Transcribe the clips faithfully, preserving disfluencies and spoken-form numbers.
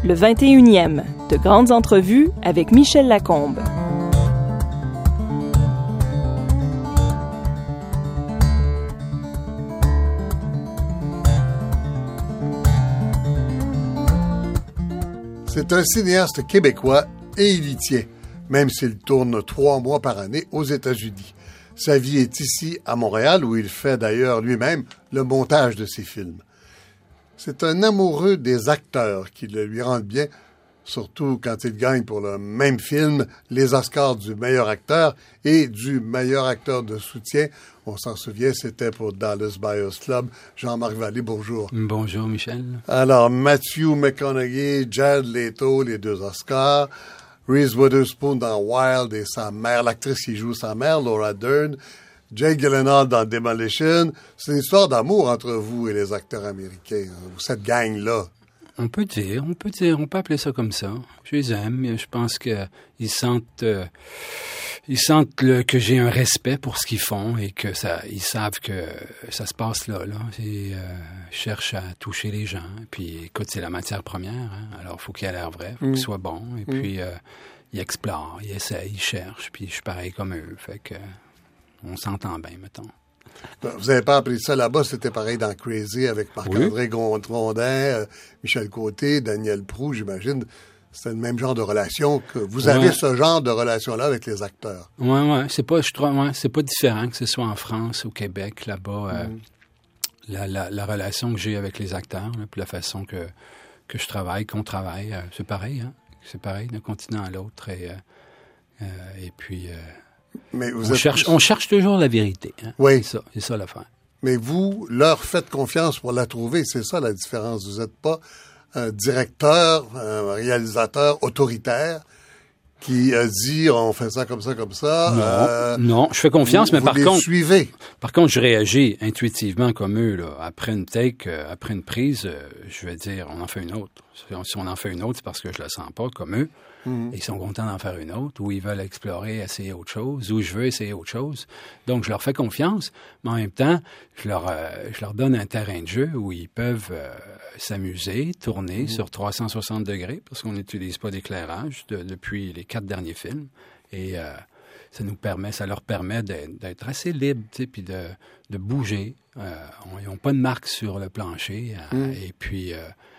le vingt et unième, de grandes entrevues avec Michel Lacombe. C'est un cinéaste québécois et il y tient, même s'il tourne trois mois par année aux États-Unis. Sa vie est ici, à Montréal, où il fait d'ailleurs lui-même le montage de ses films. C'est un amoureux des acteurs qui le lui rendent bien, surtout quand il gagne pour le même film les Oscars du meilleur acteur et du meilleur acteur de soutien. On s'en souvient, c'était pour Dallas Buyers Club. Jean-Marc Vallée, bonjour. Bonjour, Michel. Alors, Matthew McConaughey, Jared Leto, les deux Oscars. Reese Witherspoon dans Wild et sa mère, l'actrice qui joue sa mère, Laura Dern. Jake Gyllenhaal dans Demolition. C'est une histoire d'amour entre vous et les acteurs américains, ou cette gang-là. On peut dire, on peut dire, on peut appeler ça comme ça. Je les aime, je pense qu'ils sentent, euh, ils sentent le, que j'ai un respect pour ce qu'ils font et que ça, ils savent que ça se passe là, là. Ils euh, cherchent à toucher les gens. Puis, écoute, c'est la matière première, hein? Alors il faut qu'il ait l'air vrai, il faut mm. qu'il soit bon. Et mm. puis, euh, ils explorent, ils essayent, ils cherchent. Puis, je suis pareil comme eux. Fait que, on s'entend bien, mettons. Vous n'avez pas appris ça là-bas, c'était pareil dans Crazy avec Marc-André oui. Gondrondin, euh, Michel Côté, Daniel Proulx, j'imagine. C'est le même genre de relation que vous avez ouais. ce genre de relation-là avec les acteurs. Oui, oui. C'est pas, je trouve, ouais, c'est pas différent que ce soit en France, au Québec, là-bas. Euh, mm. la, la, la relation que j'ai avec les acteurs, là, puis la façon que, que je travaille, qu'on travaille, euh, c'est pareil, hein. C'est pareil d'un continent à l'autre. Et, euh, euh, et puis... Euh, Mais vous on, êtes... cherche, on cherche toujours la vérité. Hein? Oui. C'est ça, c'est ça l'affaire. Mais vous leur faites confiance pour la trouver. C'est ça la différence. Vous n'êtes pas un directeur, un réalisateur autoritaire qui a dit on fait ça comme ça, comme ça. Non, euh, non je fais confiance, vous, mais vous par les contre... suivez. Par contre, je réagis intuitivement comme eux. Là. Après une take, euh, après une prise, euh, je vais dire on en fait une autre. Si on en fait une autre, c'est parce que je la sens pas comme eux. Mm-hmm. Ils sont contents d'en faire une autre, ou ils veulent explorer, essayer autre chose, ou je veux essayer autre chose. Donc, je leur fais confiance, mais en même temps, je leur, euh, je leur donne un terrain de jeu où ils peuvent euh, s'amuser, tourner mm-hmm. sur trois cent soixante degrés, parce qu'on n'utilise pas d'éclairage de, depuis les quatre derniers films. Et euh, ça nous permet, ça leur permet d'être, d'être assez libres, tu sais, puis de, de bouger. Euh, on, ils n'ont pas de marque sur le plancher. Euh, mm. Et puis... Euh,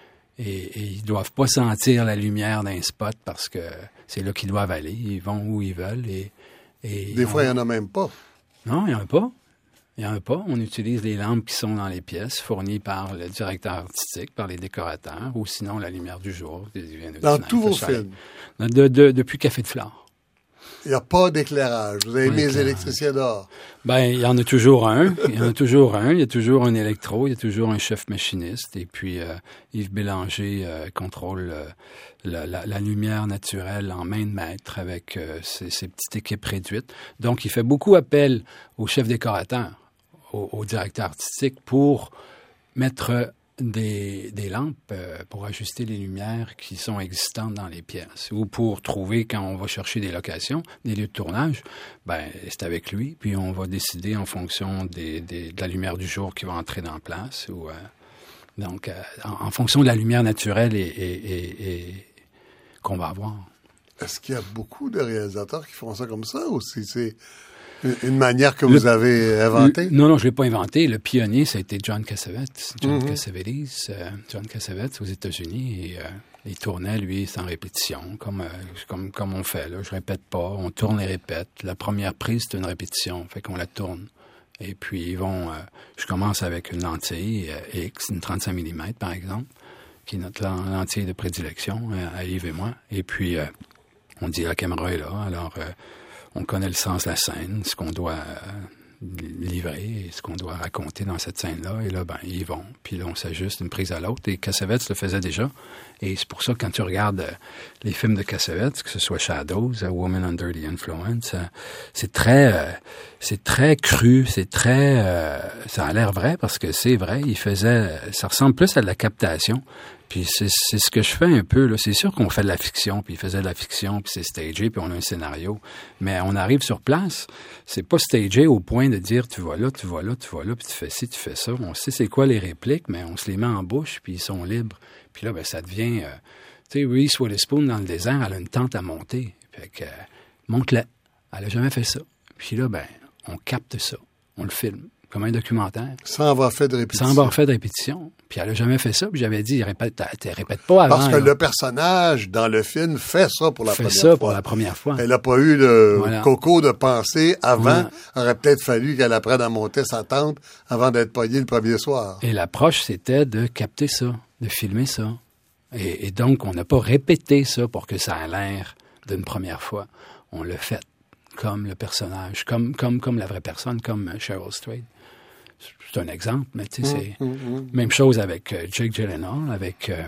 Et, et ils doivent pas sentir la lumière d'un spot parce que c'est là qu'ils doivent aller. Ils vont où ils veulent. Et, et Des on... fois, il n'y en a même pas. Non, il n'y en a pas. Il n'y en a pas. On utilise les lampes qui sont dans les pièces, fournies par le directeur artistique, par les décorateurs, ou sinon la lumière du jour. Dans tous vos films? De, de, depuis Café de Flore. Il n'y a pas d'éclairage. Vous avez mis les électriciens dehors. Ben, il y en a toujours un. Il y en a toujours un. Il y a toujours un électro. Il y a toujours un chef machiniste. Et puis, euh, Yves Bélanger euh, contrôle euh, la, la, la lumière naturelle en main de maître avec euh, ses, ses petites équipes réduites. Donc, il fait beaucoup appel au chef décorateur, au, au directeur artistique pour mettre Des, des lampes euh, pour ajuster les lumières qui sont existantes dans les pièces ou pour trouver quand on va chercher des locations, des lieux de tournage, ben c'est avec lui, puis on va décider en fonction des, des, de la lumière du jour qui va entrer dans la place. Ou, euh, donc, euh, en, en fonction de la lumière naturelle et, et, et, et qu'on va avoir. Est-ce qu'il y a beaucoup de réalisateurs qui font ça comme ça ou si c'est une manière que vous le, avez inventée? Le, non, non, je ne l'ai pas inventé. Le pionnier, ça a été John Cassavetes. John mm-hmm. Cassavetes, euh, John Cassavetes aux États-Unis. Et, euh, il tournait, lui, sans répétition, comme, euh, comme, comme on fait. Là. Je répète pas, on tourne et répète. La première prise, c'est une répétition, fait qu'on la tourne. Et puis, ils vont... Euh, je commence avec une lentille euh, X, une trente-cinq millimètres, par exemple, qui est notre lentille de prédilection, euh, à Yves et moi. Et puis, euh, on dit la caméra est là, alors... Euh, on connaît le sens de la scène, ce qu'on doit euh, livrer et ce qu'on doit raconter dans cette scène-là. Et là, ben, ils vont. Puis là, on s'ajuste d'une prise à l'autre. Et Cassavetes le faisait déjà. Et c'est pour ça que quand tu regardes euh, les films de Cassavetes, que ce soit Shadows, A Woman Under the Influence, euh, c'est très, euh, c'est très cru, c'est très, euh, ça a l'air vrai parce que c'est vrai. Il faisait, ça ressemble plus à de la captation. Puis c'est, c'est ce que je fais un peu, là. C'est sûr qu'on fait de la fiction, puis il faisait de la fiction, puis c'est stagé, puis on a un scénario. Mais on arrive sur place, c'est pas stagé au point de dire tu vas là, tu vas là, tu vas là, puis tu fais ci, tu fais ça. On sait c'est quoi les répliques, mais on se les met en bouche, puis ils sont libres. Puis là, ben ça devient... Euh, Tu sais, Reese Witherspoon, dans le désert, elle a une tente à monter. Fait que, euh, monte-la. Elle a jamais fait ça. Puis là, ben, on capte ça. On le filme. Comme un documentaire. Sans avoir fait de répétition. Sans avoir fait de répétition. Puis elle a jamais fait ça. Puis j'avais dit, répète, répète pas avant. Parce que là. le personnage, dans le film, fait ça pour la fait première ça fois. pour la première fois. Elle n'a pas eu le voilà. coco de pensée avant. Ouais. Il aurait peut-être fallu qu'elle apprenne à monter sa tente avant d'être poignée le premier soir. Et l'approche, c'était de capter ça, de filmer ça. Et, et donc, on n'a pas répété ça pour que ça ait l'air d'une première fois. On l'a fait comme le personnage, comme, comme, comme la vraie personne, comme Cheryl Strayed. C'est un exemple, mais tu sais, c'est... Mmh, mmh. Même chose avec euh, Jake Gyllenhaal, avec euh,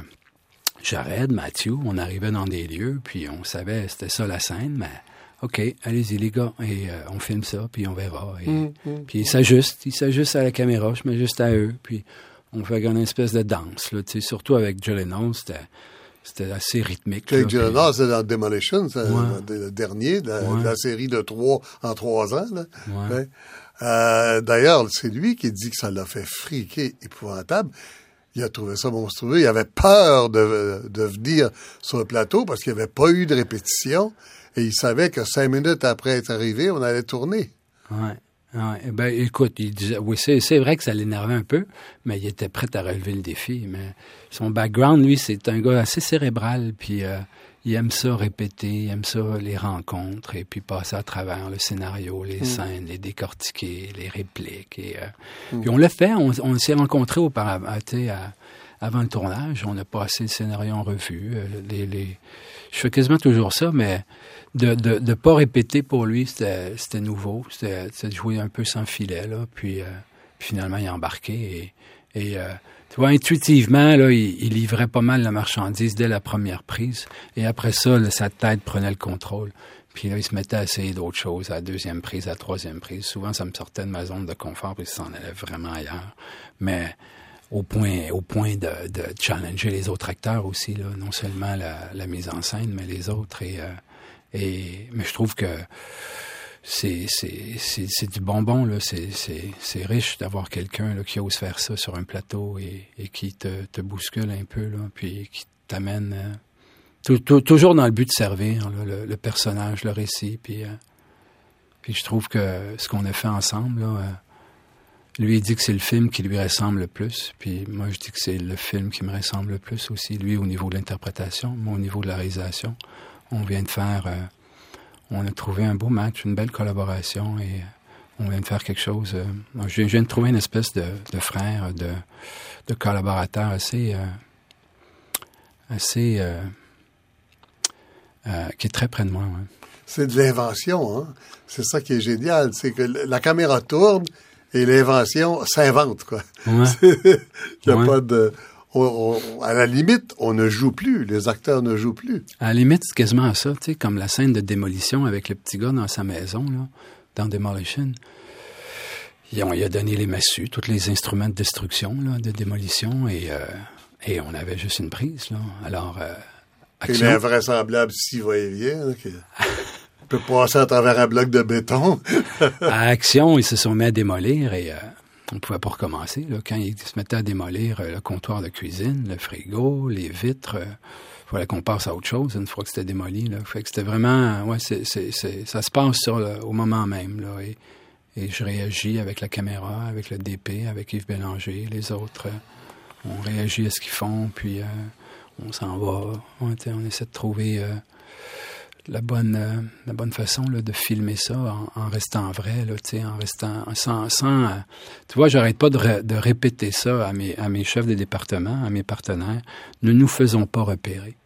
Jared, Matthew. On arrivait dans des lieux, puis on savait c'était ça la scène, mais OK, allez-y les gars, et euh, on filme ça, puis on verra. Et, Mmh, mmh. Puis ils s'ajustent, ils s'ajustent à la caméra, je mets juste à eux, puis on fait une espèce de danse, là, tu sais, surtout avec Gyllenhaal, c'était... C'était assez rythmique. Jake là, Gyllenhaal, puis... c'est dans Demolition, c'est ouais. le dernier de la, ouais. de la série de trois en trois ans. Là. Ouais. Ouais. Euh, d'ailleurs, c'est lui qui dit que ça l'a fait friquer épouvantable. Il a trouvé ça monstrueux. Il avait peur de, de venir sur le plateau parce qu'il n'y avait pas eu de répétition et il savait que cinq minutes après être arrivé, on allait tourner. Ouais. Ouais, ben, écoute, il disait, oui, c'est, c'est vrai que ça l'énervait un peu, mais il était prêt à relever le défi. Mais son background, lui, c'est un gars assez cérébral, puis euh, il aime ça répéter, il aime ça les rencontres, et puis passer à travers le scénario, les mmh. scènes, les décortiquer, les répliques. Et, euh, mmh. Puis on l'a fait, on, on s'est rencontrés auparavant, tu sais, à, avant le tournage, on a passé le scénario en revue. Euh, les, les... Je fais quasiment toujours ça, mais de de, de pas répéter pour lui, c'était, c'était nouveau. C'était, c'était de jouer un peu sans filet, là. Puis, euh, puis finalement, il a embarqué. Et, et euh, tu vois, intuitivement, là, il, il livrait pas mal la marchandise dès la première prise. Et après ça, là, sa tête prenait le contrôle. Puis là, il se mettait à essayer d'autres choses, à la deuxième prise, à la troisième prise. Souvent, ça me sortait de ma zone de confort, puis ça s'en allait vraiment ailleurs. Mais au point au point de, de challenger les autres acteurs aussi, là, non seulement la, la mise en scène, mais les autres. Et, euh, et mais je trouve que c'est c'est c'est, c'est du bonbon, là. C'est c'est c'est riche d'avoir quelqu'un là qui ose faire ça sur un plateau et, et qui te, te bouscule un peu, là, puis qui t'amène euh, tout, tout, toujours dans le but de servir là, le, le personnage, le récit. Puis euh, puis je trouve que ce qu'on a fait ensemble, là. Euh, Lui, il dit que c'est le film qui lui ressemble le plus. Puis moi, je dis que c'est le film qui me ressemble le plus aussi. Lui, au niveau de l'interprétation, moi, au niveau de la réalisation. On vient de faire... Euh, on a trouvé un beau match, une belle collaboration et euh, on vient de faire quelque chose... Euh, moi, je, je viens de trouver une espèce de, de frère, de, de collaborateur assez... Euh, assez... Euh, euh, qui est très près de moi, ouais. C'est de l'invention, hein? C'est ça qui est génial. C'est que la caméra tourne... Et l'invention s'invente, quoi. Ouais. Il y a ouais. pas de... On, on, à la limite, on ne joue plus. Les acteurs ne jouent plus. À la limite, c'est quasiment à ça, tu sais, comme la scène de démolition avec le petit gars dans sa maison, là, dans Demolition. Ils ont, il a donné les massues, tous les instruments de destruction, là, de démolition, et, euh, et on avait juste une prise, là. Alors, euh, action. C'est invraisemblable si va-et-vient, là, qui... peut passer à travers un bloc de béton. À action, ils se sont mis à démolir et euh, on pouvait pas recommencer. Là. Quand ils se mettaient à démolir euh, le comptoir de cuisine, le frigo, les vitres, il euh, fallait qu'on passe à autre chose une fois que c'était démoli. Là. Fait que c'était vraiment... Ouais, c'est, c'est, c'est, ça se passe sur le, au moment même. Là, et, et je réagis avec la caméra, avec le D P, avec Yves Bélanger, les autres. Euh, on réagit à ce qu'ils font, puis euh, on s'en va. On, on essaie de trouver... Euh, la bonne euh, la bonne façon là, de filmer ça en, en restant vrai, là, tu sais, en restant sans sans euh, tu vois, j'arrête pas de, ré, de répéter ça à mes à mes chefs de département, à mes partenaires. Ne nous faisons pas repérer.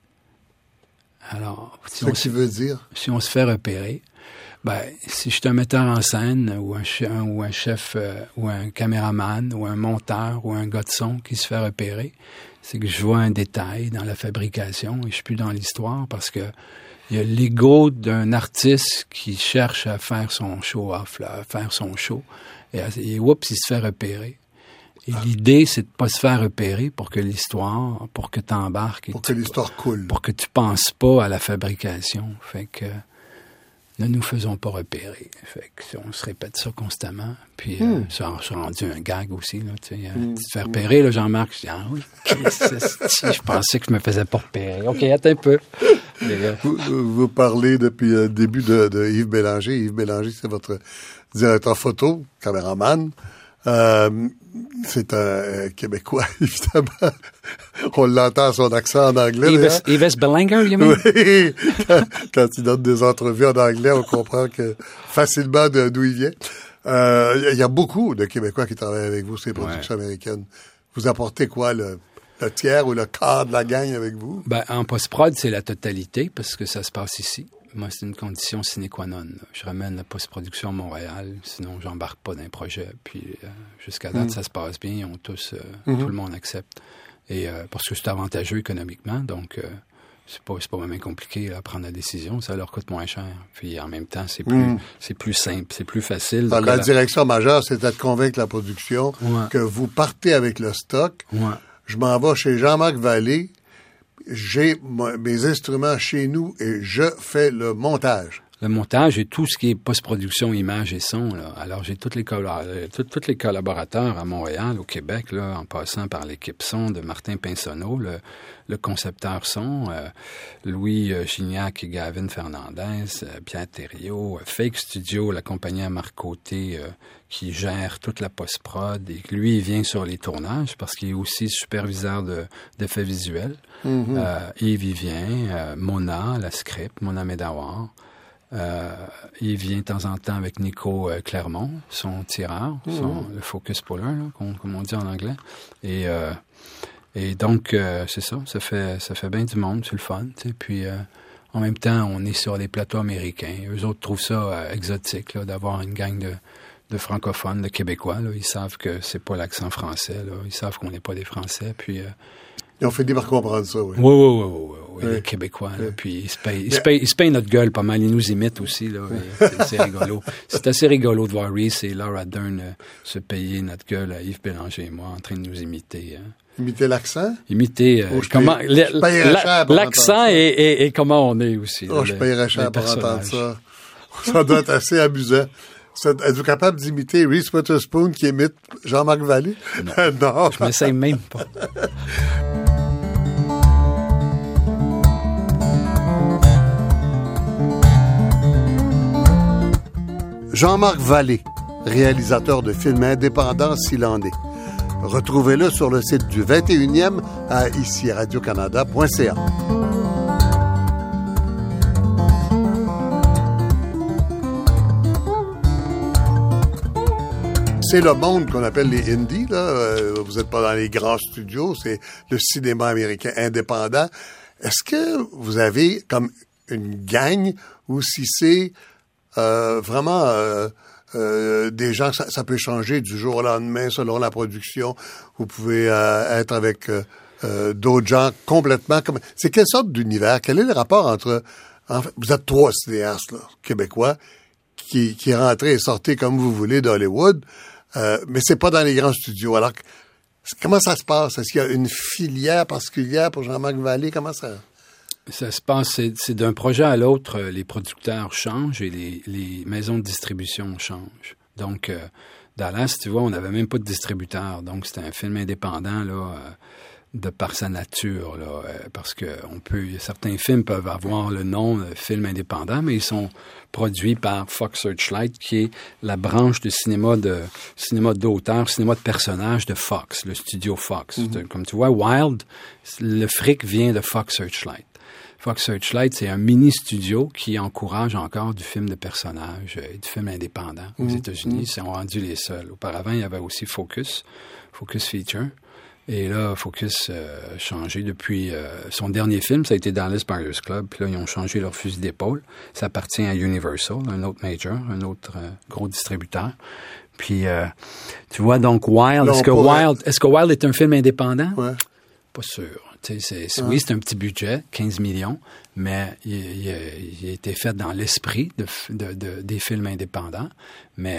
Alors, si ce qui veut dire si on se fait repérer, ben si je suis un metteur en scène ou un, un ou un chef euh, ou un caméraman ou un monteur ou un gars de son qui se fait repérer, c'est que je vois un détail dans la fabrication et je suis plus dans l'histoire parce que il y a l'ego d'un artiste qui cherche à faire son show-off, là, à faire son show. Et, et oups, il se fait repérer. Et ah. l'idée, c'est de pas se faire repérer pour que l'histoire, pour que tu embarques. Pour que l'histoire coule. Pour que tu penses pas à la fabrication. Fait que ne nous faisons pas repérer. Fait que on se répète ça constamment. Puis mm. euh, ça a rendu un gag aussi. Là, tu sais, mm. Tu te fais repérer, là, Jean-Marc. Je dis, ah oui, je pensais que je me faisais pas repérer. OK, attends un peu. Mais, euh... vous, vous parlez depuis le début de, de Yves Bélanger. Yves Bélanger, c'est votre directeur photo, caméraman. Euh, c'est un Québécois, évidemment. On l'entend son accent en anglais. Yves, hein? Yves Belanger, you mean? Oui. Quand, quand il donne des entrevues en anglais, on comprend que facilement de, d'où il vient. Euh, il y a beaucoup de Québécois qui travaillent avec vous, ces productions ouais. américaines. Vous apportez quoi, le, le tiers ou le quart de la gang avec vous? Ben, en post-prod, c'est la totalité, parce que ça se passe ici. Moi, c'est une condition sine qua non. Je ramène la post-production à Montréal, sinon j'embarque pas dans un projet. Puis euh, jusqu'à date, mm. ça se passe bien. On tous, euh, mm-hmm. tout le monde accepte. Et euh, parce que c'est avantageux économiquement, donc euh, c'est pas c'est pas vraiment compliqué à prendre la décision. Ça leur coûte moins cher. Puis en même temps, c'est plus mm. c'est plus simple, c'est plus facile. Alors, la, la direction majeure, c'est de convaincre la production ouais. que vous partez avec le stock. Ouais. Je m'en vais chez Jean-Marc Vallée. J'ai mes instruments chez nous et je fais le montage. Le montage et tout ce qui est post-production, images et son. Là. Alors, j'ai tous les, collab- tous, tous les collaborateurs à Montréal, au Québec, là, en passant par l'équipe son de Martin Pinsonneau, le, le concepteur son, euh, Louis euh, Gignac et Gavin Fernandez, euh, Pierre Thériault, euh, Fake Studio, la compagnie à Marc Côté, euh, qui gère toute la post-prod. Et lui, il vient sur les tournages parce qu'il est aussi superviseur de, d'effets visuels. Mm-hmm. Euh, Yves, il vient. Euh, Mona, la script, Mona Medawar. Euh, il vient de temps en temps avec Nico euh, Clermont, son tireur, mmh. son, le focus puller, là, comme, comme on dit en anglais. Et, euh, et donc, euh, c'est ça, ça fait ça fait bien du monde, c'est le fun. T'sais. Puis, euh, en même temps, on est sur les plateaux américains. Eux autres trouvent ça euh, exotique là, d'avoir une gang de, de francophones, de Québécois. Là. Ils savent que c'est pas l'accent français. Là. Ils savent qu'on n'est pas des Français. Puis... Euh, Ils ont fini par comprendre ça, oui. Oui, oui, oui, oui, oui, oui. Les Québécois, là, oui. Puis ils se, payent, ils, se payent, ils se payent notre gueule pas mal, ils nous imitent aussi, là. C'est, c'est rigolo. C'est assez rigolo de voir Reese et Laura Dern euh, se payer notre gueule à Yves Bélanger et moi en train de nous imiter. Hein. Imiter l'accent? Imiter euh, oh, comment paye, le, la, l'accent et, et, et comment on est aussi. Oh, là, je payerais cher pour entendre ça. Ça doit être assez amusant. Êtes-vous capable d'imiter Reese Witherspoon qui imite Jean-Marc Vallée? Non. non. Je m'essaye même pas. Jean-Marc Vallée, réalisateur de films indépendants s'il en est. Retrouvez-le sur le site du vingt et unième à ici radio canada point c a. C'est le monde qu'on appelle les indies, là. Vous n'êtes pas dans les grands studios, c'est le cinéma américain indépendant. Est-ce que vous avez comme une gang ou si c'est Euh, vraiment, euh, euh, des gens, ça, ça peut changer du jour au lendemain selon la production. Vous pouvez euh, être avec euh, euh, d'autres gens complètement comme. C'est quelle sorte d'univers? Quel est le rapport entre... En fait, vous êtes trois cinéastes là, québécois qui, qui rentrez et sortez comme vous voulez d'Hollywood, euh, mais c'est pas dans les grands studios. Alors, comment ça se passe? Est-ce qu'il y a une filière particulière pour Jean-Marc Vallée? Comment ça... Ça se passe, c'est, c'est d'un projet à l'autre, euh, les producteurs changent et les, les maisons de distribution changent. Donc, euh, Dallas, tu vois, on n'avait même pas de distributeur. Donc, c'était un film indépendant, là, euh, de par sa nature, là, euh, parce que on peut, certains films peuvent avoir le nom de film indépendant, mais ils sont produits par Fox Searchlight, qui est la branche de cinéma de cinéma d'auteur, cinéma de personnage de Fox, le studio Fox. Mm-hmm. Comme tu vois, Wild, le fric vient de Fox Searchlight. Fox Searchlight, c'est un mini-studio qui encourage encore du film de personnage et du film indépendant aux mmh. États-Unis. Ils sont rendus les seuls. Auparavant, il y avait aussi Focus, Focus Feature. Et là, Focus a euh, changé depuis euh, son dernier film. Ça a été Dallas Buyers Club. Puis là, ils ont changé leur fusil d'épaule. Ça appartient à Universal, un autre major, un autre euh, gros distributeur. Puis, euh, tu vois, donc, Wild, non, est-ce que Wild, est-ce que Wild est un film indépendant? Ouais. Pas sûr. C'est, c'est, oui, c'est un petit budget, quinze millions, mais il, il, il a été fait dans l'esprit de, de, de, des films indépendants. Mais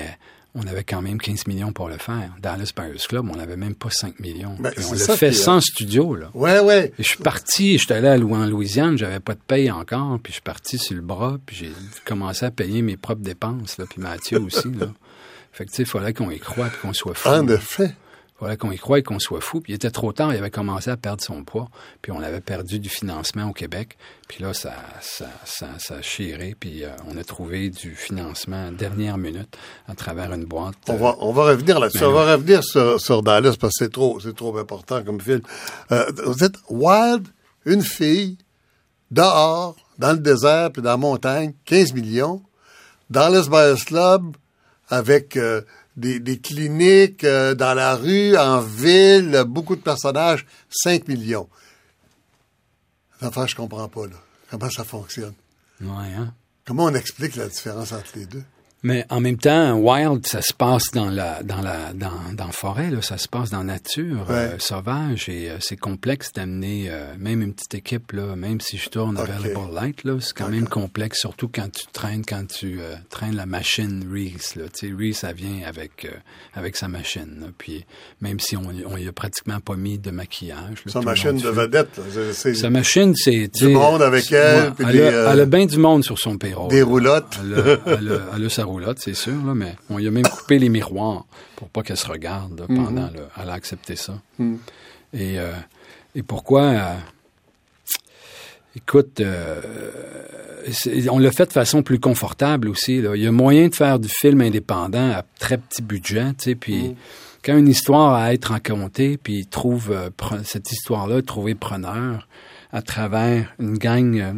on avait quand même quinze millions pour le faire. Dallas Buyers Club, on n'avait même pas cinq millions. Ben, on l'a fait sans est... studio, là. Ouais, ouais. Et je suis parti, j'étais allé à Lou- en Louisiane, j'avais pas de paye encore, puis je suis parti sur le bras, puis j'ai commencé à payer mes propres dépenses, là, puis Mathieu aussi, là. Fait que, tu sais, il fallait qu'on y croie et qu'on soit fou. En effet. Il fallait qu'on y croie et qu'on soit fou. Puis il était trop tard, il avait commencé à perdre son poids. Puis on avait perdu du financement au Québec. Puis là, ça, ça, ça, ça a chiré. Puis euh, on a trouvé du financement dernière minute à travers une boîte. On va, on va revenir là-dessus. Ben, on va revenir sur, sur Dallas parce que c'est trop, c'est trop important comme film. Euh, vous êtes Wild, une fille, dehors, dans le désert puis dans la montagne, quinze millions. Dallas Buyers Club, avec euh, des, des cliniques euh, dans la rue, en ville, beaucoup de personnages, cinq millions. Enfin, je comprends pas, là. Comment ça fonctionne? Ouais, hein? Comment on explique la différence entre les deux? Mais en même temps, Wild, ça se passe dans la dans la dans dans la forêt, là, ça se passe dans la nature ouais. euh, sauvage et euh, c'est complexe d'amener euh, même une petite équipe là, même si je tourne okay. Available Light là, c'est quand okay. même complexe, surtout quand tu traînes quand tu euh, traînes la machine Reese là, tu sais Reese ça vient avec euh, avec sa machine là, puis même si on on y a pratiquement pas mis de maquillage. Là, sa machine de vedette, là, c'est sa machine c'est du monde avec elle, ouais, puis elle, des, a, euh, elle a bien du monde sur son payroll. Des roulottes. Elle a, elle a, elle a sa roulotte, c'est sûr, là, mais on lui a même coupé les miroirs pour pas qu'elle se regarde là, pendant mm-hmm. le, elle a accepté ça. Mm. Et, euh, et pourquoi euh, écoute, euh, on l'a fait de façon plus confortable aussi. Là. Il y a moyen de faire du film indépendant à très petit budget, tu sais, puis mm. quand une histoire a à être racontée, puis trouve euh, pre- cette histoire-là, trouver preneur à travers une gang euh,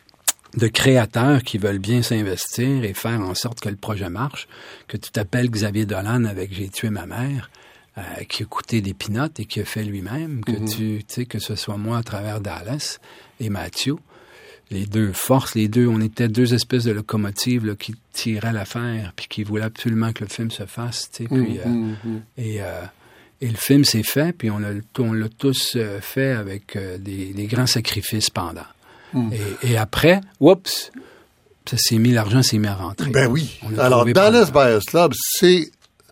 de créateurs qui veulent bien s'investir et faire en sorte que le projet marche, que tu t'appelles Xavier Dolan avec J'ai tué ma mère, euh, qui a coûté des pinottes et qui a fait lui-même, que mm-hmm. tu, tu sais, que ce soit moi à travers Dallas et Mathieu, les deux forces, les deux, on était deux espèces de locomotives là, qui tiraient l'affaire puis qui voulaient absolument que le film se fasse, tu sais, puis mm-hmm. euh, et euh, et le film s'est fait, puis on l'a, on l'a tous euh, fait avec euh, des, des grands sacrifices pendant. Mm. Et, et après, oups, ça s'est mis, l'argent s'est mis à rentrer. Ben oui. Alors, Dallas Buyers Club, c'est,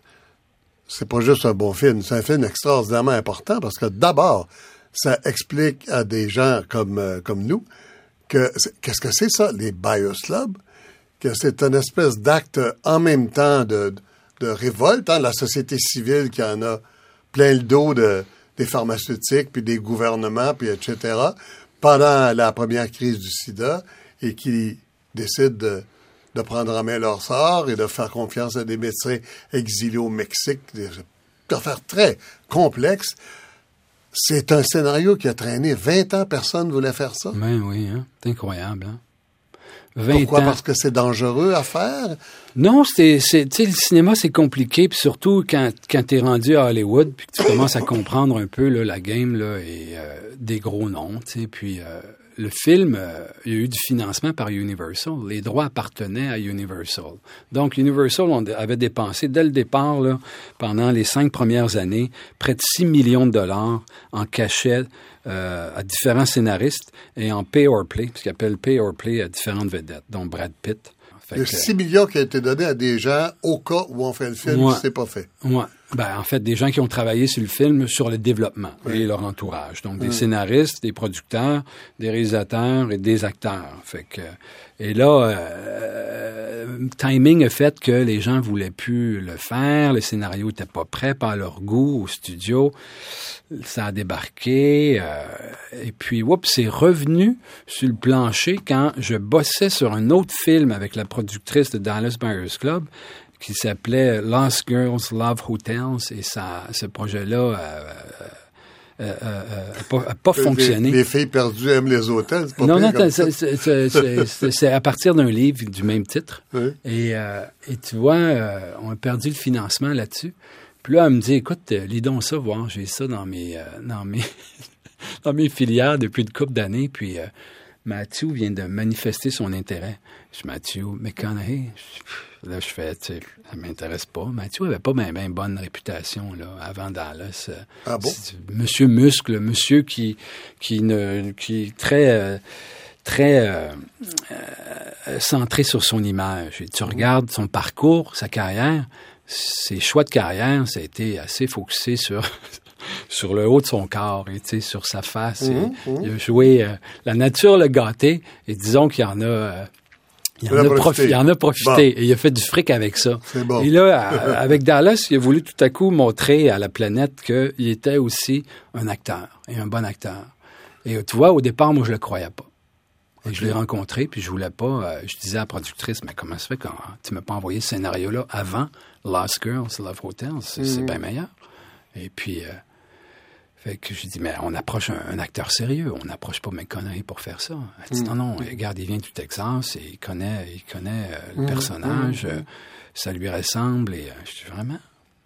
c'est pas juste un bon film, c'est un film extraordinairement important parce que d'abord, ça explique à des gens comme, euh, comme nous que, qu'est-ce que c'est ça, les Buyers Club? Que c'est une espèce d'acte en même temps de, de révolte, hein, la société civile qui en a plein le dos de, des pharmaceutiques, puis des gouvernements, puis et cetera, pendant la première crise du sida, et qui décident de, de prendre en main leur sort et de faire confiance à des médecins exilés au Mexique, des affaires très complexes. C'est un scénario qui a traîné vingt ans, personne ne voulait faire ça. Ben oui, hein? C'est incroyable, hein? Pourquoi? ans. Parce que c'est dangereux à faire? Non, c'est, c'est, tu sais, le cinéma, c'est compliqué, puis surtout quand, quand t'es rendu à Hollywood, puis que tu commences à comprendre un peu, là, la game, là, et euh, des gros noms, tu sais, puis euh, le film, euh, il y a eu du financement par Universal. Les droits appartenaient à Universal. Donc, Universal on avait dépensé, dès le départ, là, pendant les cinq premières années, près de six millions de dollars en cachet euh, à différents scénaristes et en pay or play, ce qu'ils appellent pay or play à différentes vedettes, dont Brad Pitt. Il y a six millions qui ont été donnés à des gens au cas où on fait le film, ouais, c'est pas fait. Ouais. Ben, en fait, des gens qui ont travaillé sur le film, sur le développement oui. et leur entourage. Donc, des oui. scénaristes, des producteurs, des réalisateurs et des acteurs. Fait que, et là, euh, timing a fait que les gens voulaient plus le faire. Le scénario était pas prêt par leur goût au studio. Ça a débarqué. Euh, et puis, oups, c'est revenu sur le plancher quand je bossais sur un autre film avec la productrice de Dallas Buyers Club, qui s'appelait Lost Girls Love Hotels, et ça, ce projet-là euh, euh, euh, a pas, a pas fonctionné. Les, les filles perdues aiment les hôtels, c'est pas Non, non, comme c'est, c'est, c'est, c'est, c'est à partir d'un livre du même titre. Oui. Et, euh, et tu vois, euh, on a perdu le financement là-dessus. Puis là, elle me dit, écoute, lis donc ça, voir, j'ai ça dans mes, euh, dans mes, dans mes filières depuis une couple d'années, puis euh, Mathieu vient de manifester son intérêt. Je dis, Mathieu McConaughey, là, je fais, tu sais, ça m'intéresse pas. Mathieu avait pas bien ben bonne réputation, là, avant Dallas. Ah bon? Monsieur Muscle, monsieur qui, qui ne, qui très, euh, très, euh, euh, centré sur son image. Et tu regardes son parcours, sa carrière, ses choix de carrière, ça a été assez focusé sur sur le haut de son corps, et, tu sais, sur sa face. Mmh, et, mmh. Il a joué euh, la nature l'a gâté, et disons qu'il y en a... Euh, Il en, a profi- il en a profité bon. Et il a fait du fric avec ça. C'est bon. Et là, à, avec Dallas, il a voulu tout à coup montrer à la planète qu'il était aussi un acteur, et un bon acteur. Et tu vois, au départ, moi, je le croyais pas. Et okay. Je l'ai rencontré, puis je voulais pas... Euh, je disais à la productrice, mais comment ça fait que tu m'as pas envoyé ce scénario-là avant Lost Girls, Love Hotel? C'est, mm. c'est bien meilleur. Et puis... Euh, Fait que j'ai dit, mais on approche un, un acteur sérieux, on n'approche pas McConaughey pour faire ça. Elle dit, mmh. non, non, regarde, il vient du Texas et il connaît, il connaît euh, le mmh. personnage, mmh. Euh, ça lui ressemble. Et euh, je dis, vraiment?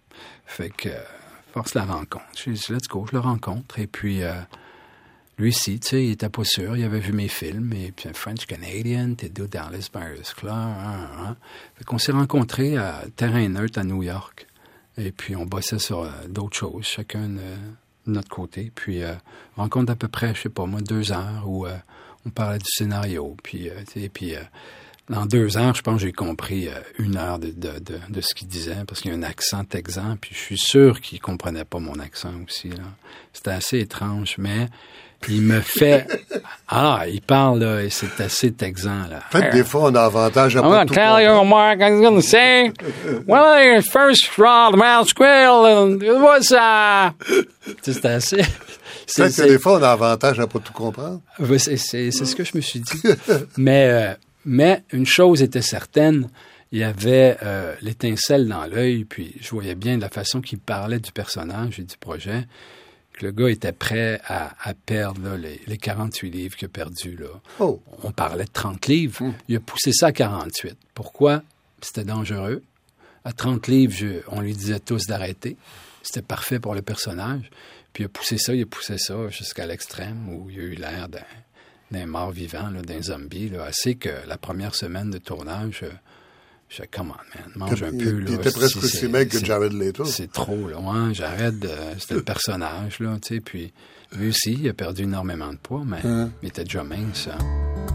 Fait que, euh, force la rencontre. J'ai dit, let's go, je le rencontre. Et puis, euh, lui aussi, tu sais, il était pas sûr, il avait vu mes films, et puis un French Canadian, t'es de Dallas Buyers Club. Hein, hein. Fait qu'on s'est rencontrés à Terrain Neutre à New York. Et puis, on bossait sur euh, d'autres choses, chacun... Euh, de notre côté, puis euh, rencontre d'à peu près, je sais pas moi, deux heures où euh, on parlait du scénario, puis euh, tu sais, puis euh, dans deux heures, je pense que j'ai compris euh, une heure de, de, de, de ce qu'il disait, parce qu'il y a un accent texan, puis je suis sûr qu'il comprenait pas mon accent aussi, là. C'était assez étrange, mais il me fait... Ah, il parle, là, et c'est assez texan, là. En fait, des fois, on a avantage à I'm pas tout tell you, Mark, I was gonna say, well, the first raw, the mouse squirrel, and it was, uh... C'est assez... C'est, Peut-être c'est... que des fois, on a avantage à pas tout comprendre. C'est, c'est, c'est ce que je me suis dit. mais, euh, mais une chose était certaine, il y avait euh, l'étincelle dans l'œil, puis je voyais bien de la façon qu'il parlait du personnage et du projet, que le gars était prêt à, à perdre là, les, les quarante-huit livres qu'il a perdus. Là. Oh. On parlait de trente livres. Mm. Il a poussé ça à quarante-huit. Pourquoi? C'était dangereux. À trente livres, je, on lui disait tous d'arrêter. C'était parfait pour le personnage. Puis il a poussé ça, il a poussé ça jusqu'à l'extrême où il a eu l'air d'un, d'un mort vivant, là, d'un zombie. Là, assez que la première semaine de tournage... Je dis, come on, man, mange un il, peu. Là, il était presque si, aussi mec que Jared Leto. C'est trop, là. Ouais, Jared, euh, c'était le personnage, là, tu sais. Puis lui aussi, il a perdu énormément de poids, mais hein? Il était déjà mince. Hein.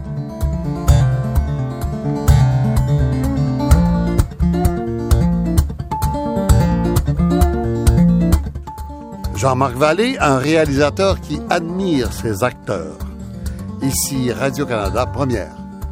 Jean-Marc Vallée, un réalisateur qui admire ses acteurs. Ici, Radio-Canada, première.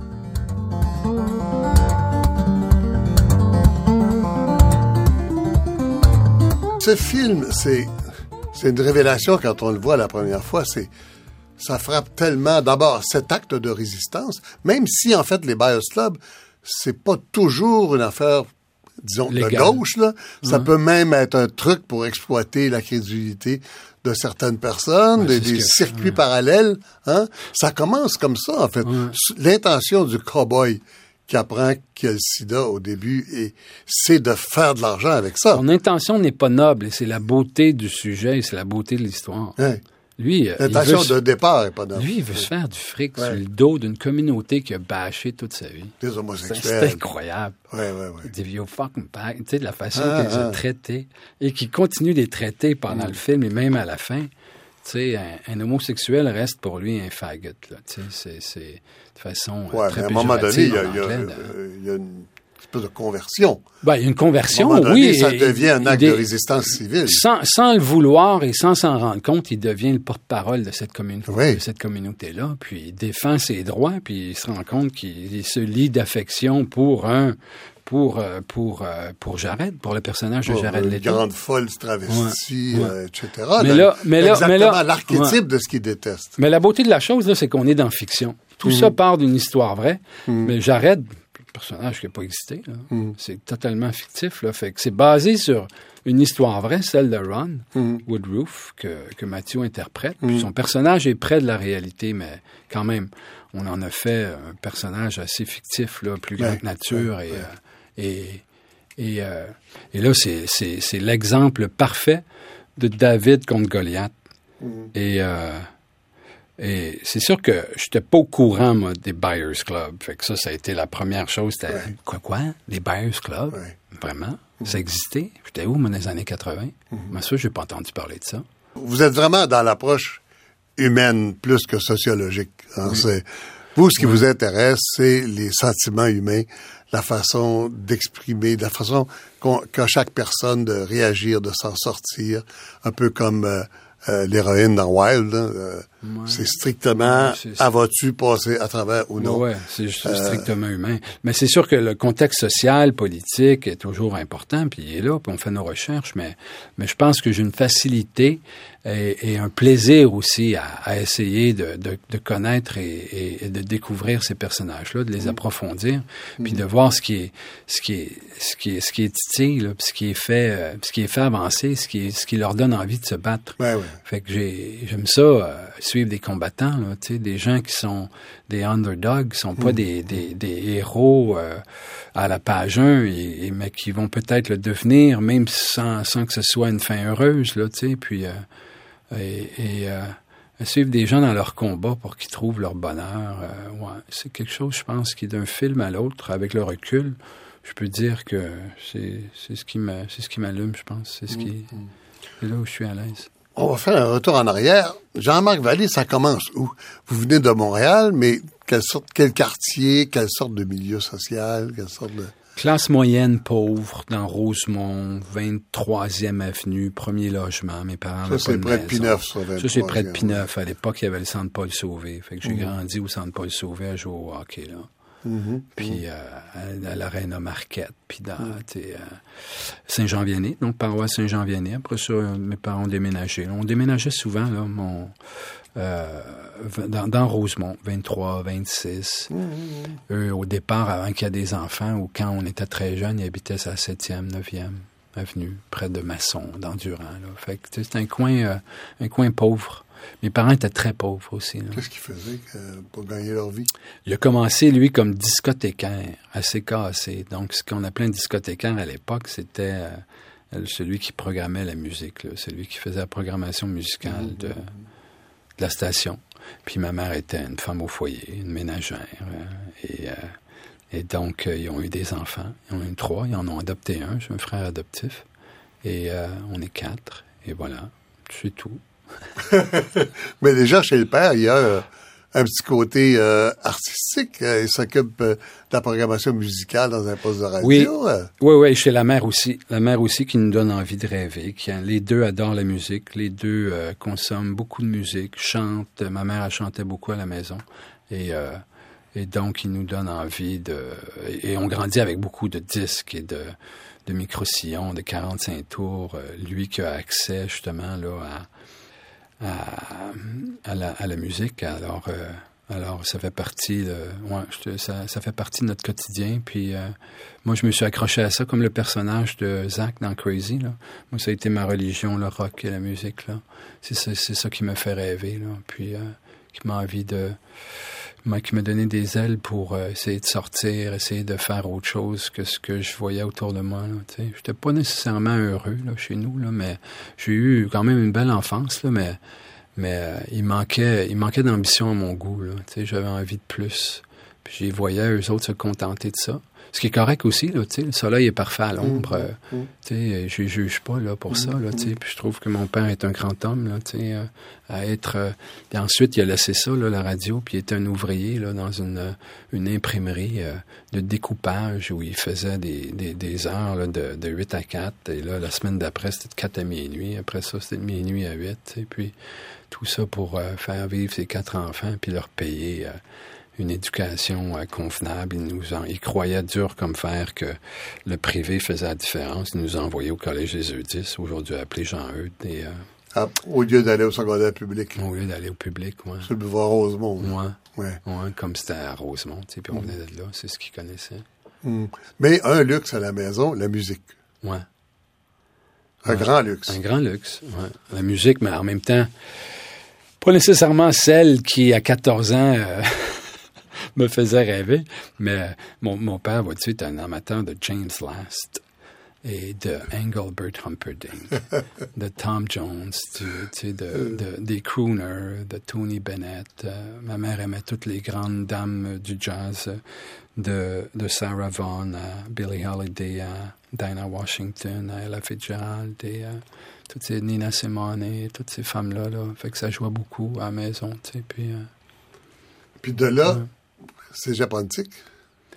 Ce film, c'est, c'est une révélation quand on le voit la première fois. C'est, ça frappe tellement, d'abord, cet acte de résistance, même si, en fait, les Buyers Club, c'est pas toujours une affaire, disons, Légal. De gauche, là. Ça mmh. peut même être un truc pour exploiter la crédulité de certaines personnes, ouais, des, des que, circuits ouais. parallèles, hein. Ça commence comme ça, en fait. Ouais. L'intention du cow-boy qui apprend qu'il a le sida au début, et c'est de faire de l'argent avec ça. Son intention n'est pas noble, et c'est la beauté du sujet, et c'est la beauté de l'histoire. Ouais. Lui, l'intention il veut, de départ n'est pas noble. Lui, il veut ouais. se faire du fric ouais. sur le dos d'une communauté qui a bâché toute sa vie. Des homosexuels. C'est incroyable. Ouais, ouais, ouais. Des vieux fucking pack, tu sais, de la façon ah, qu'ils ah. ont traité, et qui continue de les traiter pendant mm. le film, et même à la fin. Tu sais, un, un homosexuel reste pour lui un faggot, là. Tu sais, c'est, c'est de façon ouais, très mais à un moment donné, il y, anglais, y, y, y a une espèce de conversion. Ben, il y a une conversion, à un moment donné, oui. Ça et, devient un acte de, de résistance civile. Sans, sans le vouloir et sans s'en rendre compte, il devient le porte-parole de cette communauté, oui. de cette communauté-là. Puis il défend ses droits, puis il se rend compte qu'il se lie d'affection pour un... pour euh, pour euh, pour Jared, pour le personnage de Jared Leto. Une grande folle travestie, ouais, ouais. Euh, et cetera. Mais là, mais là, exactement mais là, l'archétype ouais. de ce qu'il déteste. Mais la beauté de la chose, là, c'est qu'on est dans fiction. Tout mm-hmm. ça part d'une histoire vraie, mm-hmm. mais Jared, le personnage qui n'a pas existé, là, mm-hmm. c'est totalement fictif. Là, fait que c'est basé sur une histoire vraie, celle de Ron mm-hmm. Woodruff, que, que Matthew interprète. Mm-hmm. Puis son personnage est près de la réalité, mais quand même, on en a fait un personnage assez fictif, là, plus grand ouais. que nature, ouais. et... Ouais. Euh, Et, et, euh, et là, c'est, c'est, c'est l'exemple parfait de David contre Goliath. Mm. Et, euh, et c'est sûr que je n'étais pas au courant, moi, des Buyers Club. Fait que ça, ça a été la première chose. C'était, ouais. quoi, quoi? Les Buyers Club? Ouais. Vraiment? Mm. Ça existait? J'étais où, moi, dans les années quatre-vingt? Mm. Mais ça, je n'ai pas entendu parler de ça. Vous êtes vraiment dans l'approche humaine plus que sociologique. Hein? Oui. C'est, vous, ce qui oui. vous intéresse, c'est les sentiments humains, la façon d'exprimer, de la façon qu'on, qu'a chaque personne de réagir, de s'en sortir, un peu comme euh, euh, l'héroïne dans Wild. Hein, euh, ouais. C'est strictement, ouais, c'est, vas-tu passer à travers ou non? Oui, c'est, c'est euh, strictement humain. Mais c'est sûr que le contexte social, politique est toujours important, puis il est là, puis on fait nos recherches, mais, mais je pense que j'ai une facilité et, et un plaisir aussi à, à essayer de, de, de connaître et, et, et de découvrir ces personnages-là, de les mmh. approfondir, mmh. puis de voir ce qui est, ce qui est, ce qui est, ce qui est titillé, là, puis ce qui est fait, euh, ce qui est fait avancer, ce qui, est, ce qui leur donne envie de se battre. Ouais, ouais. Fait que j'ai, j'aime ça, euh, suivre des combattants, là, tu sais, des gens qui sont des underdogs, qui sont pas mmh. des, des, des héros euh, à la page un, et, et, mais qui vont peut-être le devenir, même sans, sans que ce soit une fin heureuse, là, tu sais, puis euh, et, et euh, suivre des gens dans leur combat pour qu'ils trouvent leur bonheur, euh, ouais, c'est quelque chose, je pense, qui d'un film à l'autre, avec le recul, je peux dire que c'est, c'est ce qui m'a, c'est ce qui m'allume, je pense, c'est ce qui, mmh. c'est là où je suis à l'aise. On va faire un retour en arrière. Jean-Marc Vallée, ça commence où? Vous venez de Montréal, mais quelle sorte, quel quartier, quelle sorte de milieu social, quelle sorte de... Classe moyenne pauvre dans Rosemont, vingt-troisième avenue, premier logement. Mes parents Ça, c'est près de Pineuf, ça, Ça, c'est près de Pineuf. À l'époque, il y avait le centre Paul Sauvé. Fait que j'ai mmh. grandi au centre Paul Sauvé à jouer au hockey, là. Mm-hmm. Puis euh, à l'Arena Marquette, puis dans mm. euh, Saint-Jean-Vianney, donc paroisse Saint-Jean-Vianney. Après ça, mes parents ont déménagé. On déménageait souvent, là, mon, euh, dans, dans Rosemont, vingt-trois, vingt-six. Mm-hmm. Eux, au départ, avant qu'il y ait des enfants, ou quand on était très jeunes, ils habitaient à la septième, neuvième avenue, près de Masson, d'Endurant. Là. Fait que c'est un coin, euh, un coin pauvre. Mes parents étaient très pauvres aussi. Là. Qu'est-ce qu'ils faisaient euh, pour gagner leur vie? Il a commencé, lui, comme discothécaire, assez cassé. Donc, ce qu'on appelait un discothécaire à l'époque, c'était euh, celui qui programmait la musique, là, celui qui faisait la programmation musicale mmh. de, de la station. Puis ma mère était une femme au foyer, une ménagère. Euh, et, euh, et donc, euh, ils ont eu des enfants. Ils ont eu trois. Ils en ont adopté un. J'ai un frère adoptif. Et euh, on est quatre. Et voilà, c'est tout. Mais déjà, chez le père, il y a euh, un petit côté euh, artistique. Euh, il s'occupe euh, de la programmation musicale dans un poste de radio. Oui, euh. oui, oui, chez la mère aussi. La mère aussi qui nous donne envie de rêver. Qui, les deux adorent la musique. Les deux euh, consomment beaucoup de musique, chantent. Ma mère, elle chantait beaucoup à la maison. Et, euh, et donc, il nous donne envie de... Et on grandit avec beaucoup de disques et de, de micro-sillons, de quarante-cinq tours. Euh, lui qui a accès, justement, là, à... À, à, la, à la musique, alors euh, alors ça fait partie de, ouais, je, ça, ça fait partie de notre quotidien. Puis euh, moi je me suis accroché à ça comme le personnage de Zach dans Crazy là. Moi ça a été ma religion, le rock et la musique là. C'est ça, c'est ça qui me fait rêver là. Puis euh, qui m'a envie de, qui m'a donné des ailes pour euh, essayer de sortir, essayer de faire autre chose que ce que je voyais autour de moi. Je n'étais pas nécessairement heureux là, chez nous, là, mais j'ai eu quand même une belle enfance, là, mais, mais euh, il manquait il manquait d'ambition à mon goût. Là, j'avais envie de plus. Puis je les voyais, eux autres, se contenter de ça. Ce qui est correct aussi, là, tu sais, le soleil est parfait à l'ombre. Mmh, mmh. Tu sais, je ne juge pas là, pour mmh, ça, là, tu sais. Puis je trouve que mon père est un grand homme, là, tu sais, euh, à être... Euh, puis ensuite, il a laissé ça, là, la radio, puis il était un ouvrier, là, dans une, une imprimerie euh, de découpage où il faisait des, des, des heures, là, de, de huit à quatre. Et là, la semaine d'après, c'était de quatre à minuit. Après ça, c'était de minuit à huit, tu sais. Puis tout ça pour euh, faire vivre ses quatre enfants, puis leur payer... Euh, une éducation euh, convenable. Il nous en, il croyait dur comme fer que le privé faisait la différence. Il nous a envoyés au collège Jésus-Dix, aujourd'hui appelé Jean-Eudes. Et, euh, ah, au lieu d'aller au secondaire public. Au lieu d'aller au public, oui. Sur le boulevard Rosemont. Oui, ouais. ouais, comme c'était à Rosemont, tu sais, puis on venait de là, c'est ce qu'il connaissait. Mm. Mais un luxe à la maison, la musique. Oui. Un ouais. grand luxe. Un grand luxe, oui. La musique, mais en même temps, pas nécessairement celle qui, à quatorze ans... Euh, me faisait rêver, mais mon, mon père, vois-tu, est un amateur de James Last et de Engelbert Humperdinck, de Tom Jones, tu sais, de, de, des crooners, de Tony Bennett. Euh, ma mère aimait toutes les grandes dames du jazz, de, de Sarah Vaughan à Billie Holiday, à Dinah Washington, à Ella Fitzgerald, et euh, toutes ces Nina Simone, et toutes ces femmes-là, là. Fait que ça jouait beaucoup à la maison, tu sais, puis... Euh, puis de là... ouais. C'est japontique?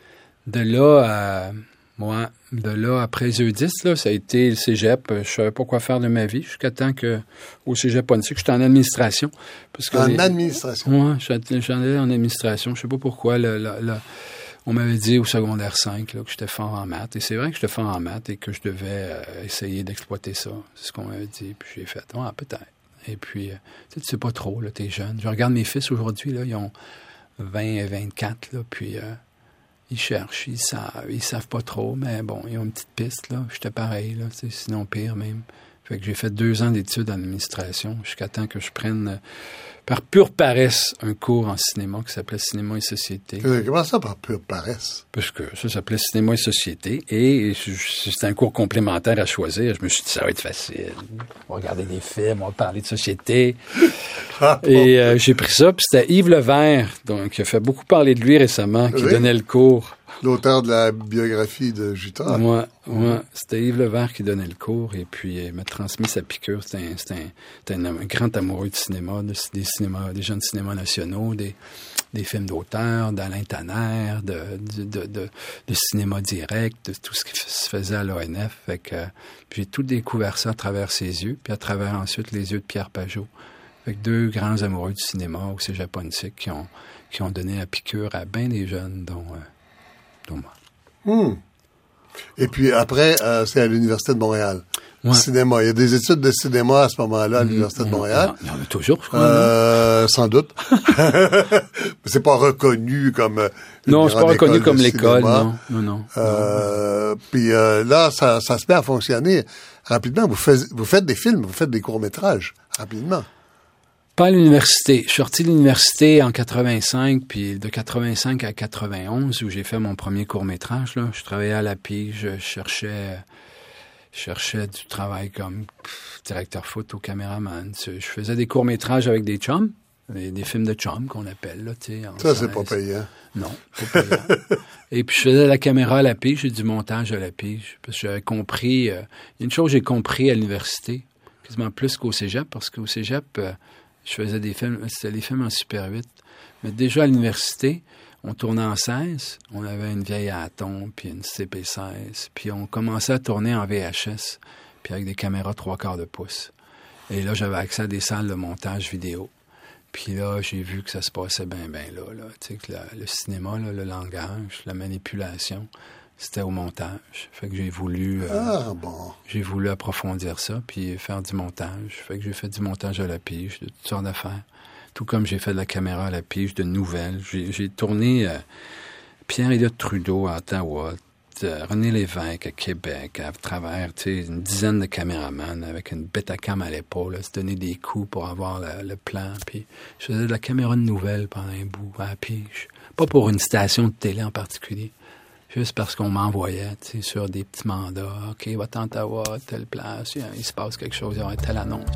de là à... Moi, de là, après les E dix, là, ça a été le cégep. Je savais pas quoi faire de ma vie jusqu'à temps que, au cégep Pontic, j'étais en administration. Parce que en les, administration? Oui, j'en allais en administration. Je sais pas pourquoi. Le, le, le, on m'avait dit au secondaire cinq là, que j'étais fort en maths. Et c'est vrai que j'étais fort en maths et que je devais euh, essayer d'exploiter ça. C'est ce qu'on m'avait dit. Puis j'ai fait, ouais, peut-être. Et puis, euh, tu sais pas trop, là, t'es jeune. Je regarde mes fils aujourd'hui, là, ils ont vingt et vingt-quatre, là, puis... Euh, Ils cherchent, ils savent, ils savent pas trop, mais bon, ils ont une petite piste, là. J'étais pareil, là, sinon pire même. Fait que j'ai fait deux ans d'études en administration jusqu'à temps que je prenne, euh, par pure paresse, un cours en cinéma qui s'appelait Cinéma et Société. Euh, comment ça, par pure paresse? Parce que ça s'appelait Cinéma et Société, et c'était un cours complémentaire à choisir. Je me suis dit, ça va être facile. On va regarder des films, on va parler de société. Ah, bon. Et euh, j'ai pris ça, puis c'était Yves Levert, donc, qui a fait beaucoup parler de lui récemment, qui oui? donnait le cours. L'auteur de la biographie de Jutra. Moi, moi, c'était Yves Levert qui donnait le cours et puis il m'a transmis sa piqûre. C'était un, c'était un, c'était un, un grand amoureux du cinéma, de, des cinémas, des jeunes cinémas nationaux, des, des films d'auteur, d'Alain Tanner, de, de, de, de, de cinéma direct, de tout ce qui se faisait à l'O N F. Fait que j'ai tout découvert ça à travers ses yeux, puis à travers ensuite les yeux de Pierre Pajot. Fait que deux grands amoureux du cinéma au cégep Pontic qui ont, qui ont donné la piqûre à bien des jeunes, dont... Euh, Hmm. Et puis après, euh, c'est à l'Université de Montréal. Ouais. Cinéma. Il y a des études de cinéma à ce moment-là à l'Université mmh, de Montréal. Il y en a toujours, je crois. Euh, sans doute. Mais c'est pas reconnu comme une non, c'est pas reconnu comme l'école. Non, non, non. Euh, puis euh, là, ça, ça se met à fonctionner rapidement. Vous faites, vous faites des films, vous faites des courts-métrages rapidement. Pas à l'université. Je suis sorti de l'université en quatre-vingt-cinq, puis de quatre-vingt-cinq à quatre-vingt-onze, où j'ai fait mon premier court-métrage, là. Je travaillais à la Pige, je cherchais, je cherchais du travail comme pff, directeur photo, caméraman. Je faisais des courts-métrages avec des chums, des, des films de chums qu'on appelle, là, tu sais. Ça, c'est pas payant. Non, pas payant. Et puis, je faisais la caméra à la Pige et du montage à la Pige, parce que j'avais compris, euh, il y a une chose que j'ai compris à l'université, quasiment plus qu'au cégep, parce qu'au cégep, euh, je faisais des films, c'était des films en super huit. Mais déjà à l'université, on tournait en seize, on avait une vieille Atom, puis une C P seize, puis on commençait à tourner en V H S, puis avec des caméras trois quarts de pouce. Et là, j'avais accès à des salles de montage vidéo. Puis là, j'ai vu que ça se passait bien, bien là, là. Tu sais, que la, le cinéma, là, le langage, la manipulation, c'était au montage. Fait que j'ai voulu... Euh, ah, bon. J'ai voulu approfondir ça, puis faire du montage. Fait que j'ai fait du montage à la Pige, de toutes sortes d'affaires. Tout comme j'ai fait de la caméra à la Pige, de nouvelles. J'ai, j'ai tourné euh, Pierre-Éliott Trudeau à Ottawa, euh, René Lévesque à Québec, à travers une dizaine de caméramans avec une Betacam à l'épaule, à se donner des coups pour avoir le, le plan. Puis je faisais de la caméra de nouvelles pendant un bout à la Pige. Pas pour une station de télé en particulier. Juste parce qu'on m'envoyait, tu sais, sur des petits mandats. OK, va-t'en Ottawa, telle place, il se passe quelque chose, il y a telle annonce.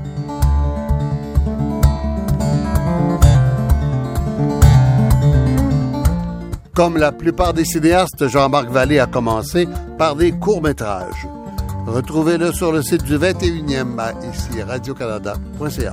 Comme la plupart des cinéastes, Jean-Marc Vallée a commencé par des courts-métrages. Retrouvez-le sur le site du vingt et unième à ici radio canada point c a.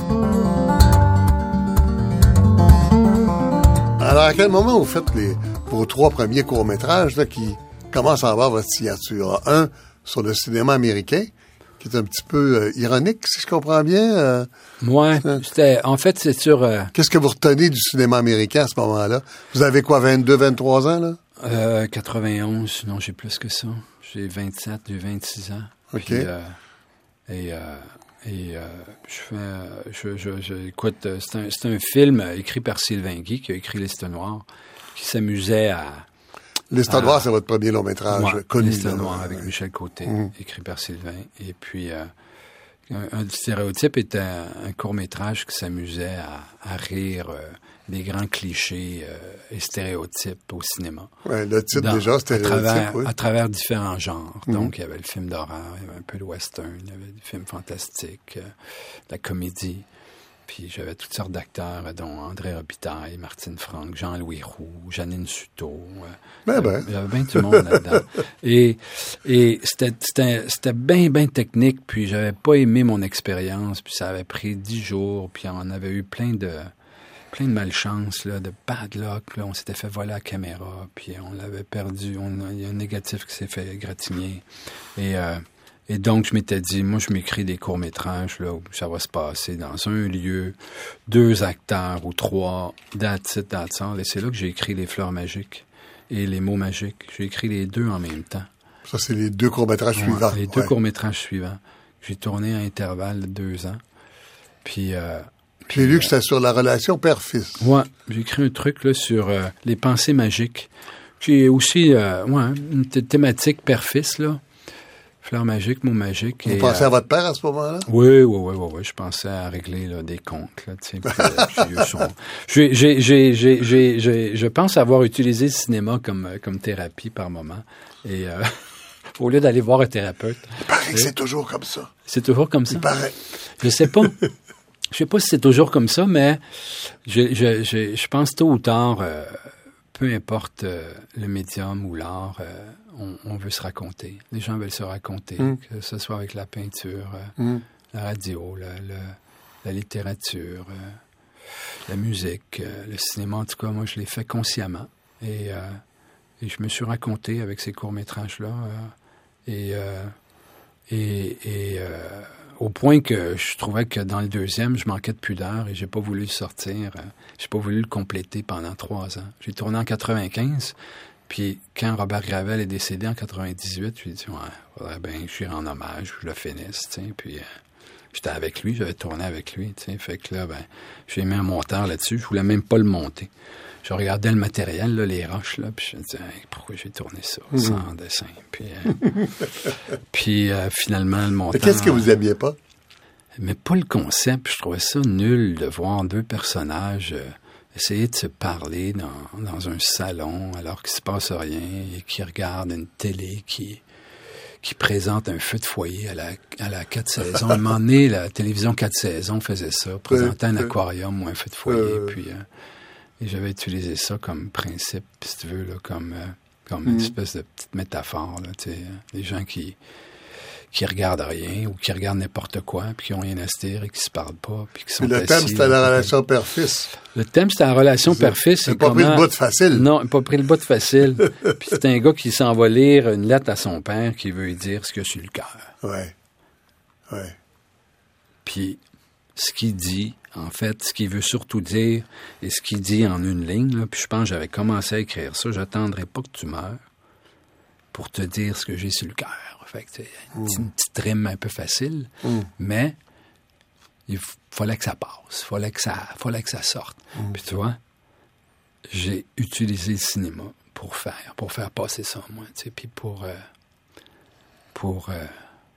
Alors, à quel moment vous faites les, vos trois premiers courts-métrages là, qui commencent à avoir votre signature? Un sur le cinéma américain, qui est un petit peu euh, ironique, si je comprends bien. Euh, ouais, c'était, en fait, c'est sur... Euh, Qu'est-ce que vous retenez du cinéma américain à ce moment-là? Vous avez quoi, vingt-deux, vingt-trois ans, là? Euh, quatre-vingt-onze, non, j'ai plus que ça. J'ai vingt-sept, j'ai vingt-six ans. OK. Puis, euh, et... Euh, Et euh, je fais, je, je, je, écoute, c'est un, c'est un film écrit par Sylvain Guy, qui a écrit Liste Noire, qui s'amusait à... Liste Noire, c'est votre premier long-métrage ouais, connu. Liste là, Noire, là, avec ouais. Michel Côté, mmh. écrit par Sylvain. Et puis, euh, un, un stéréotype était un, un court-métrage qui s'amusait à, à rire euh, des grands clichés euh, et stéréotypes au cinéma. Ouais, le titre, Dans, déjà, stéréotype, à travers, oui. à travers différents genres. Mmh. Donc, il y avait le film d'horreur, il y avait un peu de western, il y avait du film fantastique, euh, de la comédie. Puis j'avais toutes sortes d'acteurs, dont André Robitaille, Martine Franck, Jean-Louis Roux, Janine Suto. Ben ben. J'avais bien tout le monde là-dedans. Et, et c'était, c'était, c'était bien, bien technique, puis j'avais pas aimé mon expérience, puis ça avait pris dix jours, puis on avait eu plein de... plein de malchance, là, de bad luck. Là. On s'était fait voler la caméra, puis on l'avait perdu. On, il y a un négatif qui s'est fait gratigner. Et, euh, et donc, je m'étais dit, moi, je m'écris des courts-métrages là, où ça va se passer dans un lieu, deux acteurs ou trois, that's it, that's all. Et c'est là que j'ai écrit Les Fleurs magiques et Les Mots magiques. J'ai écrit les deux en même temps. Ça, c'est les deux courts-métrages ouais, suivants. Les deux ouais. courts-métrages suivants. J'ai tourné à intervalle de deux ans. Puis... Euh, J'ai lu que c'était sur la relation père-fils. Ouais, j'ai écrit un truc là sur euh, les pensées magiques. J'ai aussi euh, ouais, une t- thématique père-fils, là. Fleurs magiques, mots magiques. Vous et, pensez euh, à votre père à ce moment-là? Oui, oui, oui, oui, oui. Je pensais à régler là, des comptes, là, tu sais. Puis, euh, j'ai eu son... j'ai, j'ai, j'ai, j'ai, j'ai, j'ai, je pense avoir utilisé le cinéma comme, comme thérapie par moment. Et euh, au lieu d'aller voir un thérapeute. Il paraît que c'est toujours comme ça. C'est toujours comme ça. Il paraît. Je sais pas. Je sais pas si c'est toujours comme ça, mais je, je, je, je pense tôt ou tard, euh, peu importe euh, le médium ou l'art, euh, on, on veut se raconter. Les gens veulent se raconter, mm. que ce soit avec la peinture, euh, mm. la radio, la, la, la littérature, euh, la musique, euh, le cinéma. En tout cas, moi, je l'ai fait consciemment. Et, euh, et je me suis raconté avec ces courts-métrages-là. Euh, et... Euh, et, et euh, au point que je trouvais que dans le deuxième, je manquais de pudeur et j'ai pas voulu le sortir. Euh, j'ai pas voulu le compléter pendant trois ans. J'ai tourné en quatre-vingt-quinze, puis quand Robert Gravel est décédé en quatre-vingt-dix-huit, je lui ai dit, ouais, faudrait bien que je lui rende hommage, que je le finisse, tu sais, puis euh, j'étais avec lui, j'avais tourné avec lui, tu sais, fait que là, ben, j'ai mis un monteur là-dessus, je voulais même pas le monter. Je regardais le matériel, là, les roches, là, puis je me disais, hey, pourquoi j'ai tourné ça mmh. sans dessin? Puis, euh, puis euh, finalement, le monteur... Mais qu'est-ce que vous aimiez pas? Mais pas le concept. Je trouvais ça nul de voir deux personnages euh, essayer de se parler dans, dans un salon alors qu'il se passe rien et qui regardent une télé qui... qui présente un feu de foyer à la, à la quatre saisons. À un moment donné, la télévision quatre saisons faisait ça, présentait un aquarium ou un feu de foyer, euh... puis... Euh, Et j'avais utilisé ça comme principe, si tu veux, là, comme, euh, comme mmh. une espèce de petite métaphore. Là, tu sais, des gens qui qui regardent rien ou qui regardent n'importe quoi, puis qui ont rien à se dire et qui se parlent pas, puis qui sont le assis. thème, c'était la relation père-fils. Le thème, c'était la relation c'est, père-fils. Il n'a pas comment... pris le bout de facile. Non, il n'a pas pris le bout de facile. Puis c'est un gars qui s'en va lire une lettre à son père qui veut lui dire ce qu'il a sur le cœur. Ouais. Ouais. Puis ce qu'il dit... En fait, ce qu'il veut surtout dire, et ce qu'il dit en une ligne, là, puis je pense que j'avais commencé à écrire ça, j'attendrai pas que tu meurs pour te dire ce que j'ai sur le cœur. Fait que c'est une, mm. une petite rime un peu facile, mm. mais il f- fallait que ça passe, fallait que ça, fallait que ça sorte. Mm. Puis tu vois, j'ai utilisé le cinéma pour faire, pour faire passer ça, moi, tu sais, puis pour, euh, pour, euh,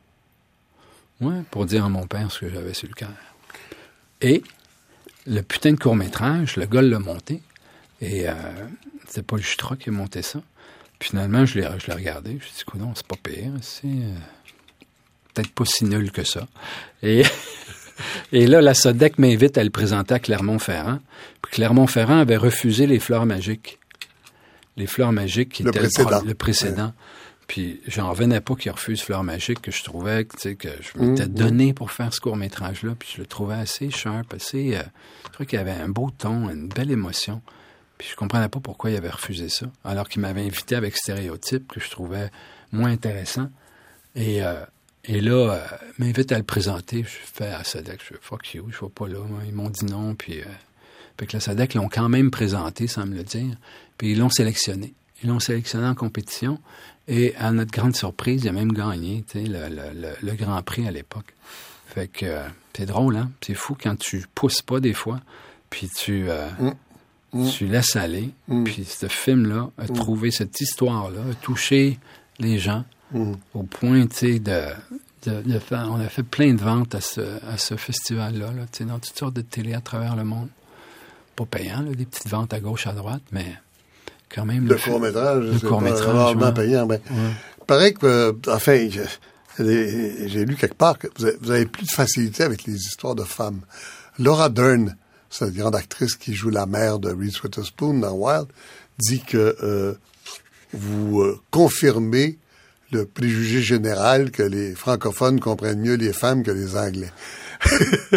ouais, pour dire à mon père ce que j'avais sur le cœur. Et le putain de court-métrage, le gars l'a monté. Et euh, c'était Paul Jutra qui a monté ça. Puis finalement, je l'ai, je l'ai regardé. Je me suis dit, coudonc, c'est pas pire. C'est euh, peut-être pas si nul que ça. Et, et là, la Sodec m'invite à le présenter à Clermont-Ferrand. Puis Clermont-Ferrand avait refusé les Fleurs magiques. Les Fleurs magiques qui le étaient précédent. le, le précédent. Ouais. Puis j'en revenais pas qu'ils refusent Fleurs magiques, que je trouvais tu sais, que je m'étais mmh, donné pour faire ce court-métrage-là, puis je le trouvais assez sharp, assez... Euh, je trouvais qu'il y avait un beau ton, une belle émotion. Puis je comprenais pas pourquoi il avait refusé ça, alors qu'il m'avait invité avec Stéréotype, que je trouvais moins intéressant. Et, euh, et là, euh, il m'invite à le présenter, je fais à Sodec, je fais « fuck you, je vais pas là ». Ils m'ont dit non, puis... Euh, puis que la Sodec l'ont quand même présenté, sans me le dire, puis ils l'ont sélectionné. Ils l'ont sélectionné en compétition. Et à notre grande surprise, il a même gagné, tu sais, le, le, le, le Grand Prix à l'époque. Fait que euh, c'est drôle, hein? C'est fou quand tu pousses pas des fois, puis tu, euh, mmh. Mmh. tu laisses aller. Mmh. Puis ce film-là a mmh. trouvé cette histoire-là, a touché les gens mmh. au point, tu sais, de, de, de faire... On a fait plein de ventes à ce, à ce festival-là, là, tu sais, dans toutes sortes de télé à travers le monde. Pas payant, là, des petites ventes à gauche, à droite, mais... Quand même, le, le court-métrage, le c'est court-métrage, rarement ouais. payant. Ben, ouais. Il paraît que, euh, enfin, je, j'ai, j'ai lu quelque part que vous avez, vous avez plus de facilité avec les histoires de femmes. Laura Dern, cette grande actrice qui joue la mère de Reese Witherspoon dans Wild, dit que euh, vous euh, confirmez le préjugé général que les francophones comprennent mieux les femmes que les Anglais.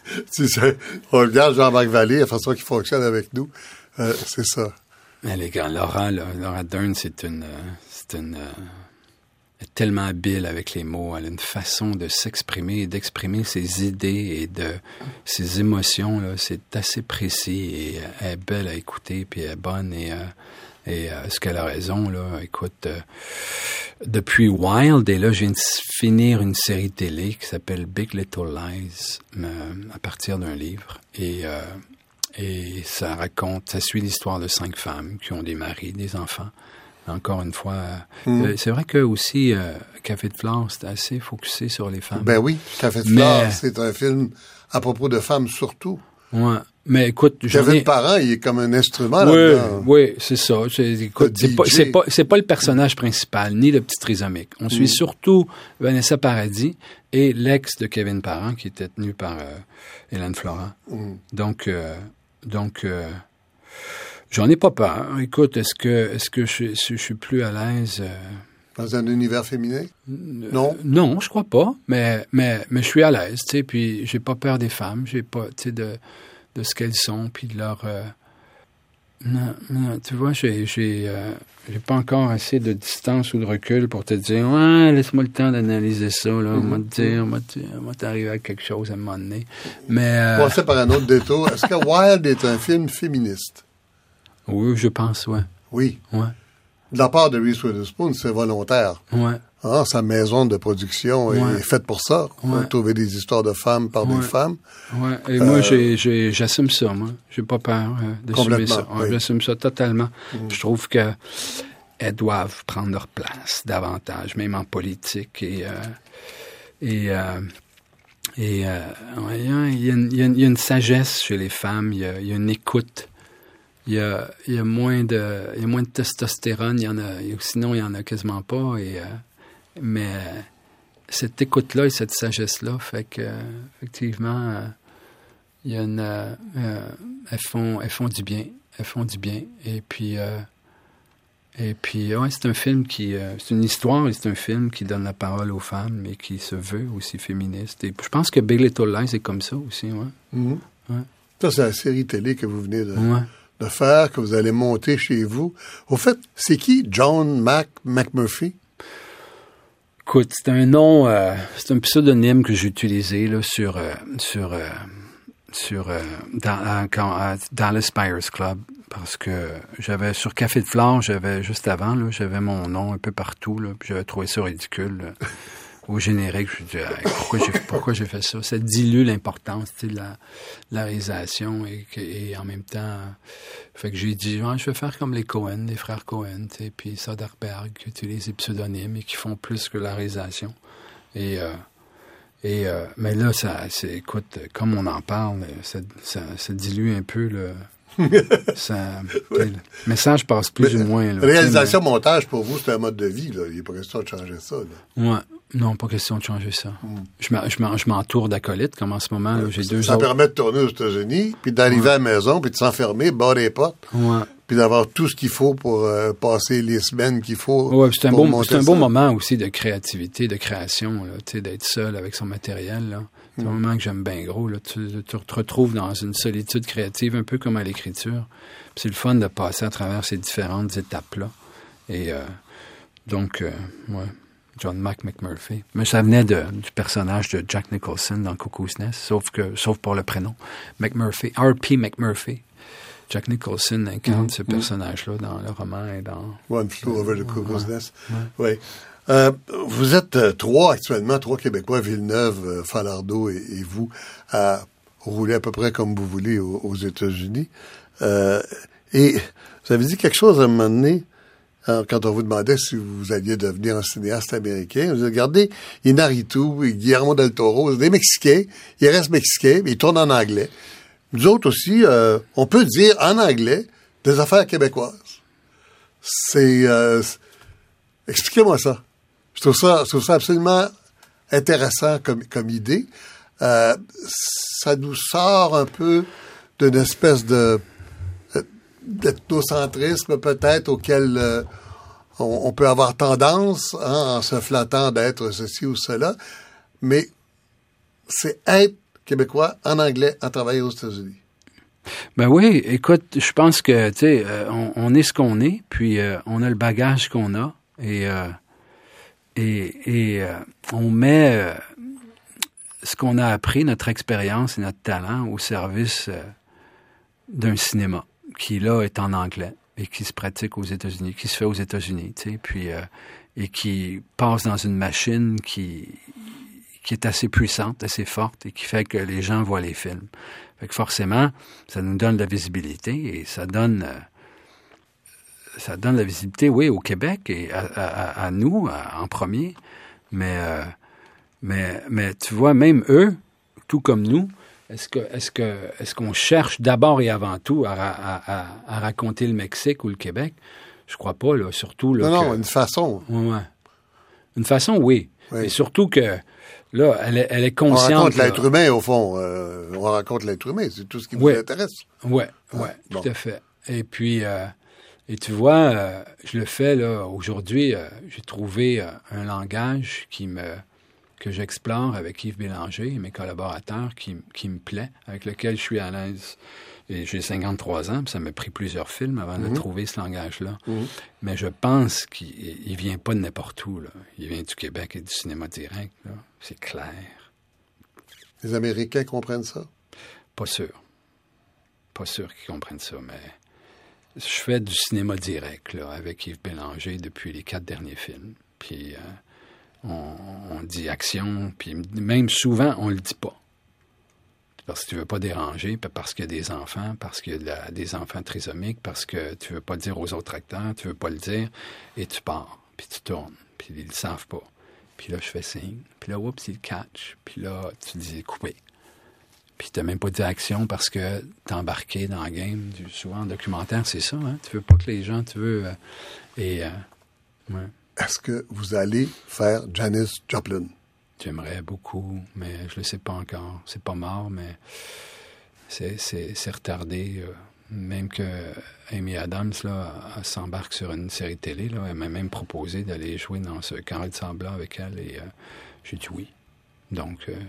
Si c'est, on regarde Jean-Marc Vallée, la façon qu'il fonctionne avec nous, euh, c'est ça. Mais les gars, Laura, là, Laura Dern, c'est une... Euh, c'est une euh, elle est tellement habile avec les mots. Elle a une façon de s'exprimer et d'exprimer ses idées et de ses émotions. Là, c'est assez précis et euh, elle est belle à écouter, puis elle est bonne. Et, euh, et euh, ce qu'elle a raison, là, écoute, euh, depuis Wild, et là, je viens de finir une série télé qui s'appelle Big Little Lies, euh, à partir d'un livre. Et... Euh, Et ça raconte, ça suit l'histoire de cinq femmes qui ont des maris, des enfants. Encore une fois, mmh. euh, c'est vrai que aussi euh, Café de Flore, c'était assez focusé sur les femmes. Ben oui, Café de Flore, mais... c'est un film à propos de femmes surtout. Ouais. Mais écoute, Kevin ai... Parent, il est comme un instrument oui, là-dedans. Oui, c'est ça. C'est, écoute, c'est pas, c'est pas, c'est pas le personnage principal, ni le petit trisomique. On mmh. suit surtout Vanessa Paradis et l'ex de Kevin Parent, qui était tenu par euh, Hélène Florent. Mmh. Donc, euh, donc, euh, j'en ai pas peur. Écoute, est-ce que, est-ce que je, je, je suis plus à l'aise euh... dans un univers féminin? Euh, non. Non, je crois pas. Mais, mais, mais je suis à l'aise, tu sais. Puis j'ai pas peur des femmes. J'ai pas, tu sais, de, de ce qu'elles sont, puis de leur. Euh... Non, non, tu vois, j'ai, j'ai, euh, j'ai pas encore assez de distance ou de recul pour te dire, ouais, laisse-moi le temps d'analyser ça, là. On va te dire, on va te dire, on va t'arriver à quelque chose à un moment donné. Mais. Euh... On va par un autre détour. Est-ce que Wild est un film féministe? Oui, je pense, ouais. Oui. Ouais. De la part de Reese Witherspoon, c'est volontaire. Ouais. Ah, sa maison de production ouais. est faite pour ça. On ouais. va trouver des histoires de femmes par ouais. des femmes. Ouais. Et euh, moi, j'ai, j'ai, j'assume ça, moi. J'ai pas peur euh, d'assumer ça. Ouais, oui. J'assume ça totalement. Mm. Je trouve que elles doivent prendre leur place davantage, même en politique. Et, euh, et, euh, et euh, ouais, il y a, il y a une, il y a une sagesse chez les femmes. Il y a, il y a une écoute. Il y a, il y a moins de, il y a moins de testostérone. Il y en a, sinon il y en a quasiment pas. Et, euh, mais euh, cette écoute-là et cette sagesse-là fait que, euh, effectivement, euh, il y a une, euh, euh, elles font, elles font du bien, elles font du bien. Et puis, euh, et puis, ouais, c'est un film qui, euh, c'est une histoire et c'est un film qui donne la parole aux femmes et qui se veut aussi féministe. Et je pense que Big Little Lies est comme ça aussi, ouais. Mm-hmm. Ouais. Ça, c'est la série télé que vous venez de. Ouais. de faire, que vous allez monter chez vous. Au fait, c'est qui John Mac McMurphy? Écoute, c'est un nom, euh, c'est un pseudonyme que j'ai utilisé là, sur, euh, sur, euh, sur euh, dans, quand, à Dallas Buyers Club, parce que j'avais, sur Café de Flore, j'avais, juste avant, là, j'avais mon nom un peu partout, là, puis j'avais trouvé ça ridicule. Là. Au générique, je me disais, hey, pourquoi, j'ai, pourquoi j'ai fait ça? Ça dilue l'importance de la, la réalisation et, et en même temps, fait que j'ai dit, ouais, je vais faire comme les Cohen, les frères Cohen, puis Soderbergh, qui utilisent des pseudonymes et qui font plus que la réalisation. Et, euh, et euh, mais là, ça, c'est, écoute, comme on en parle, ça, ça, ça dilue un peu le... ça, oui. Le message passe plus mais, ou moins. Là, réalisation, mais... montage, pour vous, c'est un mode de vie. Là. Il n'est pas question de changer ça. Là. Ouais. Non, pas question de changer ça. Mm. Je, m'en, je, m'en, je m'entoure d'acolytes, comme en ce moment. Là, j'ai ça deux ça autres... permet de tourner aux États-Unis, puis d'arriver ouais. à la maison, puis de s'enfermer, barrer les portes, ouais. puis d'avoir tout ce qu'il faut pour euh, passer les semaines qu'il faut. Ouais, c'est un, pour beau, c'est un ça. beau moment aussi de créativité, de création, là, d'être seul avec son matériel. Là. C'est mm. un moment que j'aime bien gros. Là. Tu, tu te retrouves dans une solitude créative, un peu comme à l'écriture. Puis c'est le fun de passer à travers ces différentes étapes-là. Et euh, donc, euh, ouais. John Mac McMurphy. Mais ça venait de, du personnage de Jack Nicholson dans Cuckoo's Nest, sauf que, sauf pour le prénom. McMurphy, R P McMurphy. Jack Nicholson incarne mmh, ce personnage-là mmh. dans le roman et dans... One Flew Over the Cuckoo's ouais, Nest. Ouais. Oui. Euh, vous êtes euh, trois actuellement, trois Québécois, Villeneuve, euh, Falardeau et, et vous, à rouler à peu près comme vous voulez aux, aux États-Unis. Euh, et vous avez dit quelque chose à un moment donné, quand on vous demandait si vous alliez devenir un cinéaste américain, vous avez regardé Iñárritu et Guillermo del Toro, c'est des Mexicains, ils restent Mexicains, mais ils tournent en anglais. Nous autres aussi, euh, on peut dire en anglais des affaires québécoises. C'est... Euh, expliquez-moi ça. Je trouve ça, je trouve ça absolument intéressant comme, comme idée. Euh, ça nous sort un peu d'une espèce de... d'ethnocentrisme peut-être auquel euh, on, on peut avoir tendance hein, en se flattant d'être ceci ou cela, mais c'est être québécois en anglais à travailler aux États-Unis? Ben oui, écoute, je pense que, tu sais, euh, on, on est ce qu'on est, puis euh, on a le bagage qu'on a, et, euh, et, et euh, on met euh, ce qu'on a appris, notre expérience et notre talent au service euh, d'un cinéma qui, là, est en anglais et qui se pratique aux États-Unis, qui se fait aux États-Unis, tu sais, puis euh, et qui passe dans une machine qui, qui est assez puissante, assez forte et qui fait que les gens voient les films. Fait que forcément, ça nous donne de la visibilité et ça donne euh, ça donne de la visibilité, oui, au Québec et à, à, à nous à, en premier. Mais, euh, mais, mais tu vois, même eux, tout comme nous, est-ce que est-ce que est-ce qu'on cherche d'abord et avant tout à, à, à, à raconter le Mexique ou le Québec? Je crois pas, là, surtout. Là, non, que, non, une façon. Ouais. Une façon, oui. oui. Et surtout que là, elle est, elle est consciente. On raconte là, l'être humain, au fond. Euh, on raconte l'être humain. C'est tout ce qui ouais. vous intéresse. Oui, oui, ah, tout bon. à fait. Et puis, euh, et tu vois, euh, je le fais, là, aujourd'hui, euh, j'ai trouvé euh, un langage qui me, que j'explore avec Yves Bélanger et mes collaborateurs qui, qui me plaît, avec lequel je suis à l'aise. Et j'ai cinquante-trois ans, puis ça m'a pris plusieurs films avant mm-hmm. de trouver ce langage-là. Mm-hmm. Mais je pense qu'il il vient pas de n'importe où, là. Il vient du Québec et du cinéma direct, là. C'est clair. Les Américains comprennent ça? Pas sûr. Pas sûr qu'ils comprennent ça, mais je fais du cinéma direct, là, avec Yves Bélanger depuis les quatre derniers films. Puis euh, on, on dit action, puis même souvent, on le dit pas. Parce que tu veux pas déranger, parce qu'il y a des enfants, parce qu'il y a de la, des enfants trisomiques, parce que tu veux pas dire aux autres acteurs, tu veux pas le dire, et tu pars, puis tu tournes, puis ils le savent pas. Puis là, je fais signe, puis là, oups, ils le catch, puis là, tu dis couper. Puis t'as même pas dit action parce que t'es embarqué dans le game. Du, souvent, en documentaire, c'est ça, hein? Tu veux pas que les gens, tu veux... Euh, et... Euh, ouais. Est-ce que vous allez faire Janis Joplin? J'aimerais beaucoup, mais je le sais pas encore. C'est pas mort, mais c'est, c'est, c'est retardé. Euh, même que Amy Adams, là, elle s'embarque sur une série télé, là. Elle m'a même proposé d'aller jouer dans ce Carré de Semblant avec elle, et euh, j'ai dit oui. Donc, euh,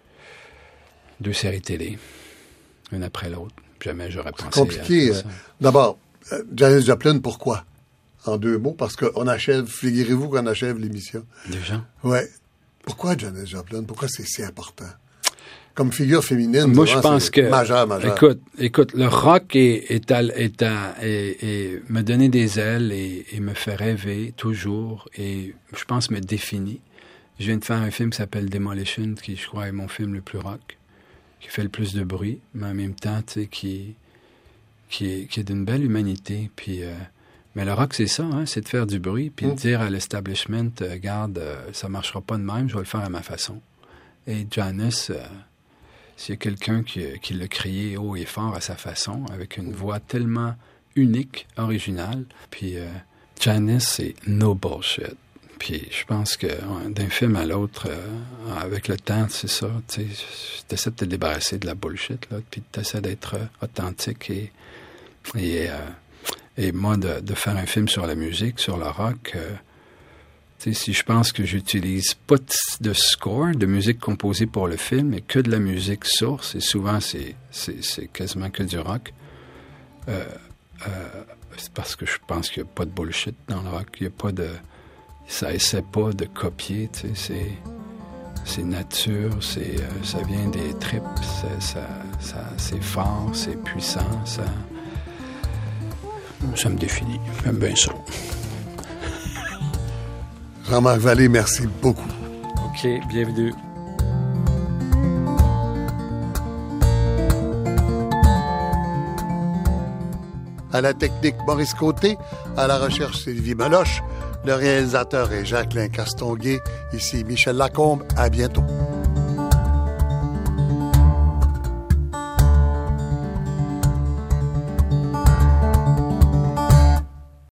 deux séries télé, une après l'autre. Jamais j'aurais pensé. C'est compliqué. À ça. D'abord, euh, Janis Joplin, pourquoi? En deux mots, parce qu'on achève, figurez-vous qu'on achève l'émission. Déjà? Ouais. Pourquoi Janis Joplin? Pourquoi c'est si important? Comme figure féminine, moi, je pense que majeur, majeur. Écoute, écoute, le rock est, est à, est à, est, est, me donner des ailes et, et me fait rêver toujours, et je pense me définit. Je viens de faire un film qui s'appelle Demolition, qui, je crois, est mon film le plus rock, qui fait le plus de bruit, mais en même temps, tu sais, qui, qui est, qui est d'une belle humanité. Puis, euh, mais le rock, c'est ça, hein, c'est de faire du bruit, puis mmh. de dire à l'establishment, euh, regarde, euh, ça marchera pas de même, je vais le faire à ma façon. Et Janis, euh, s'il y a quelqu'un qui, qui l'a crié haut et fort à sa façon, avec une voix tellement unique, originale, puis euh, Janis, c'est no bullshit. Puis je pense que ouais, d'un film à l'autre, euh, avec le temps, c'est ça, tu essaies de te débarrasser de la bullshit, là, puis tu essaies d'être euh, authentique. Et, et, euh, et moi, de, de faire un film sur la musique, sur le rock, euh, tu sais, si je pense que j'utilise pas de score, de musique composée pour le film, mais que de la musique source, et souvent c'est, c'est, c'est quasiment que du rock, euh, euh, c'est parce que je pense qu'il n'y a pas de bullshit dans le rock, il n'y a pas de... Ça essaie pas de copier, tu sais, c'est, c'est nature, c'est, euh, ça vient des tripes, c'est, ça, ça, c'est fort, c'est puissant, ça, ça me définit, j'aime bien ça. Jean-Marc Vallée, merci beaucoup. OK, bienvenue. À la technique, Maurice Côté. À la recherche, Sylvie Meloche. Le réalisateur est Jacqueline Castonguay. Ici Michel Lacombe. À bientôt.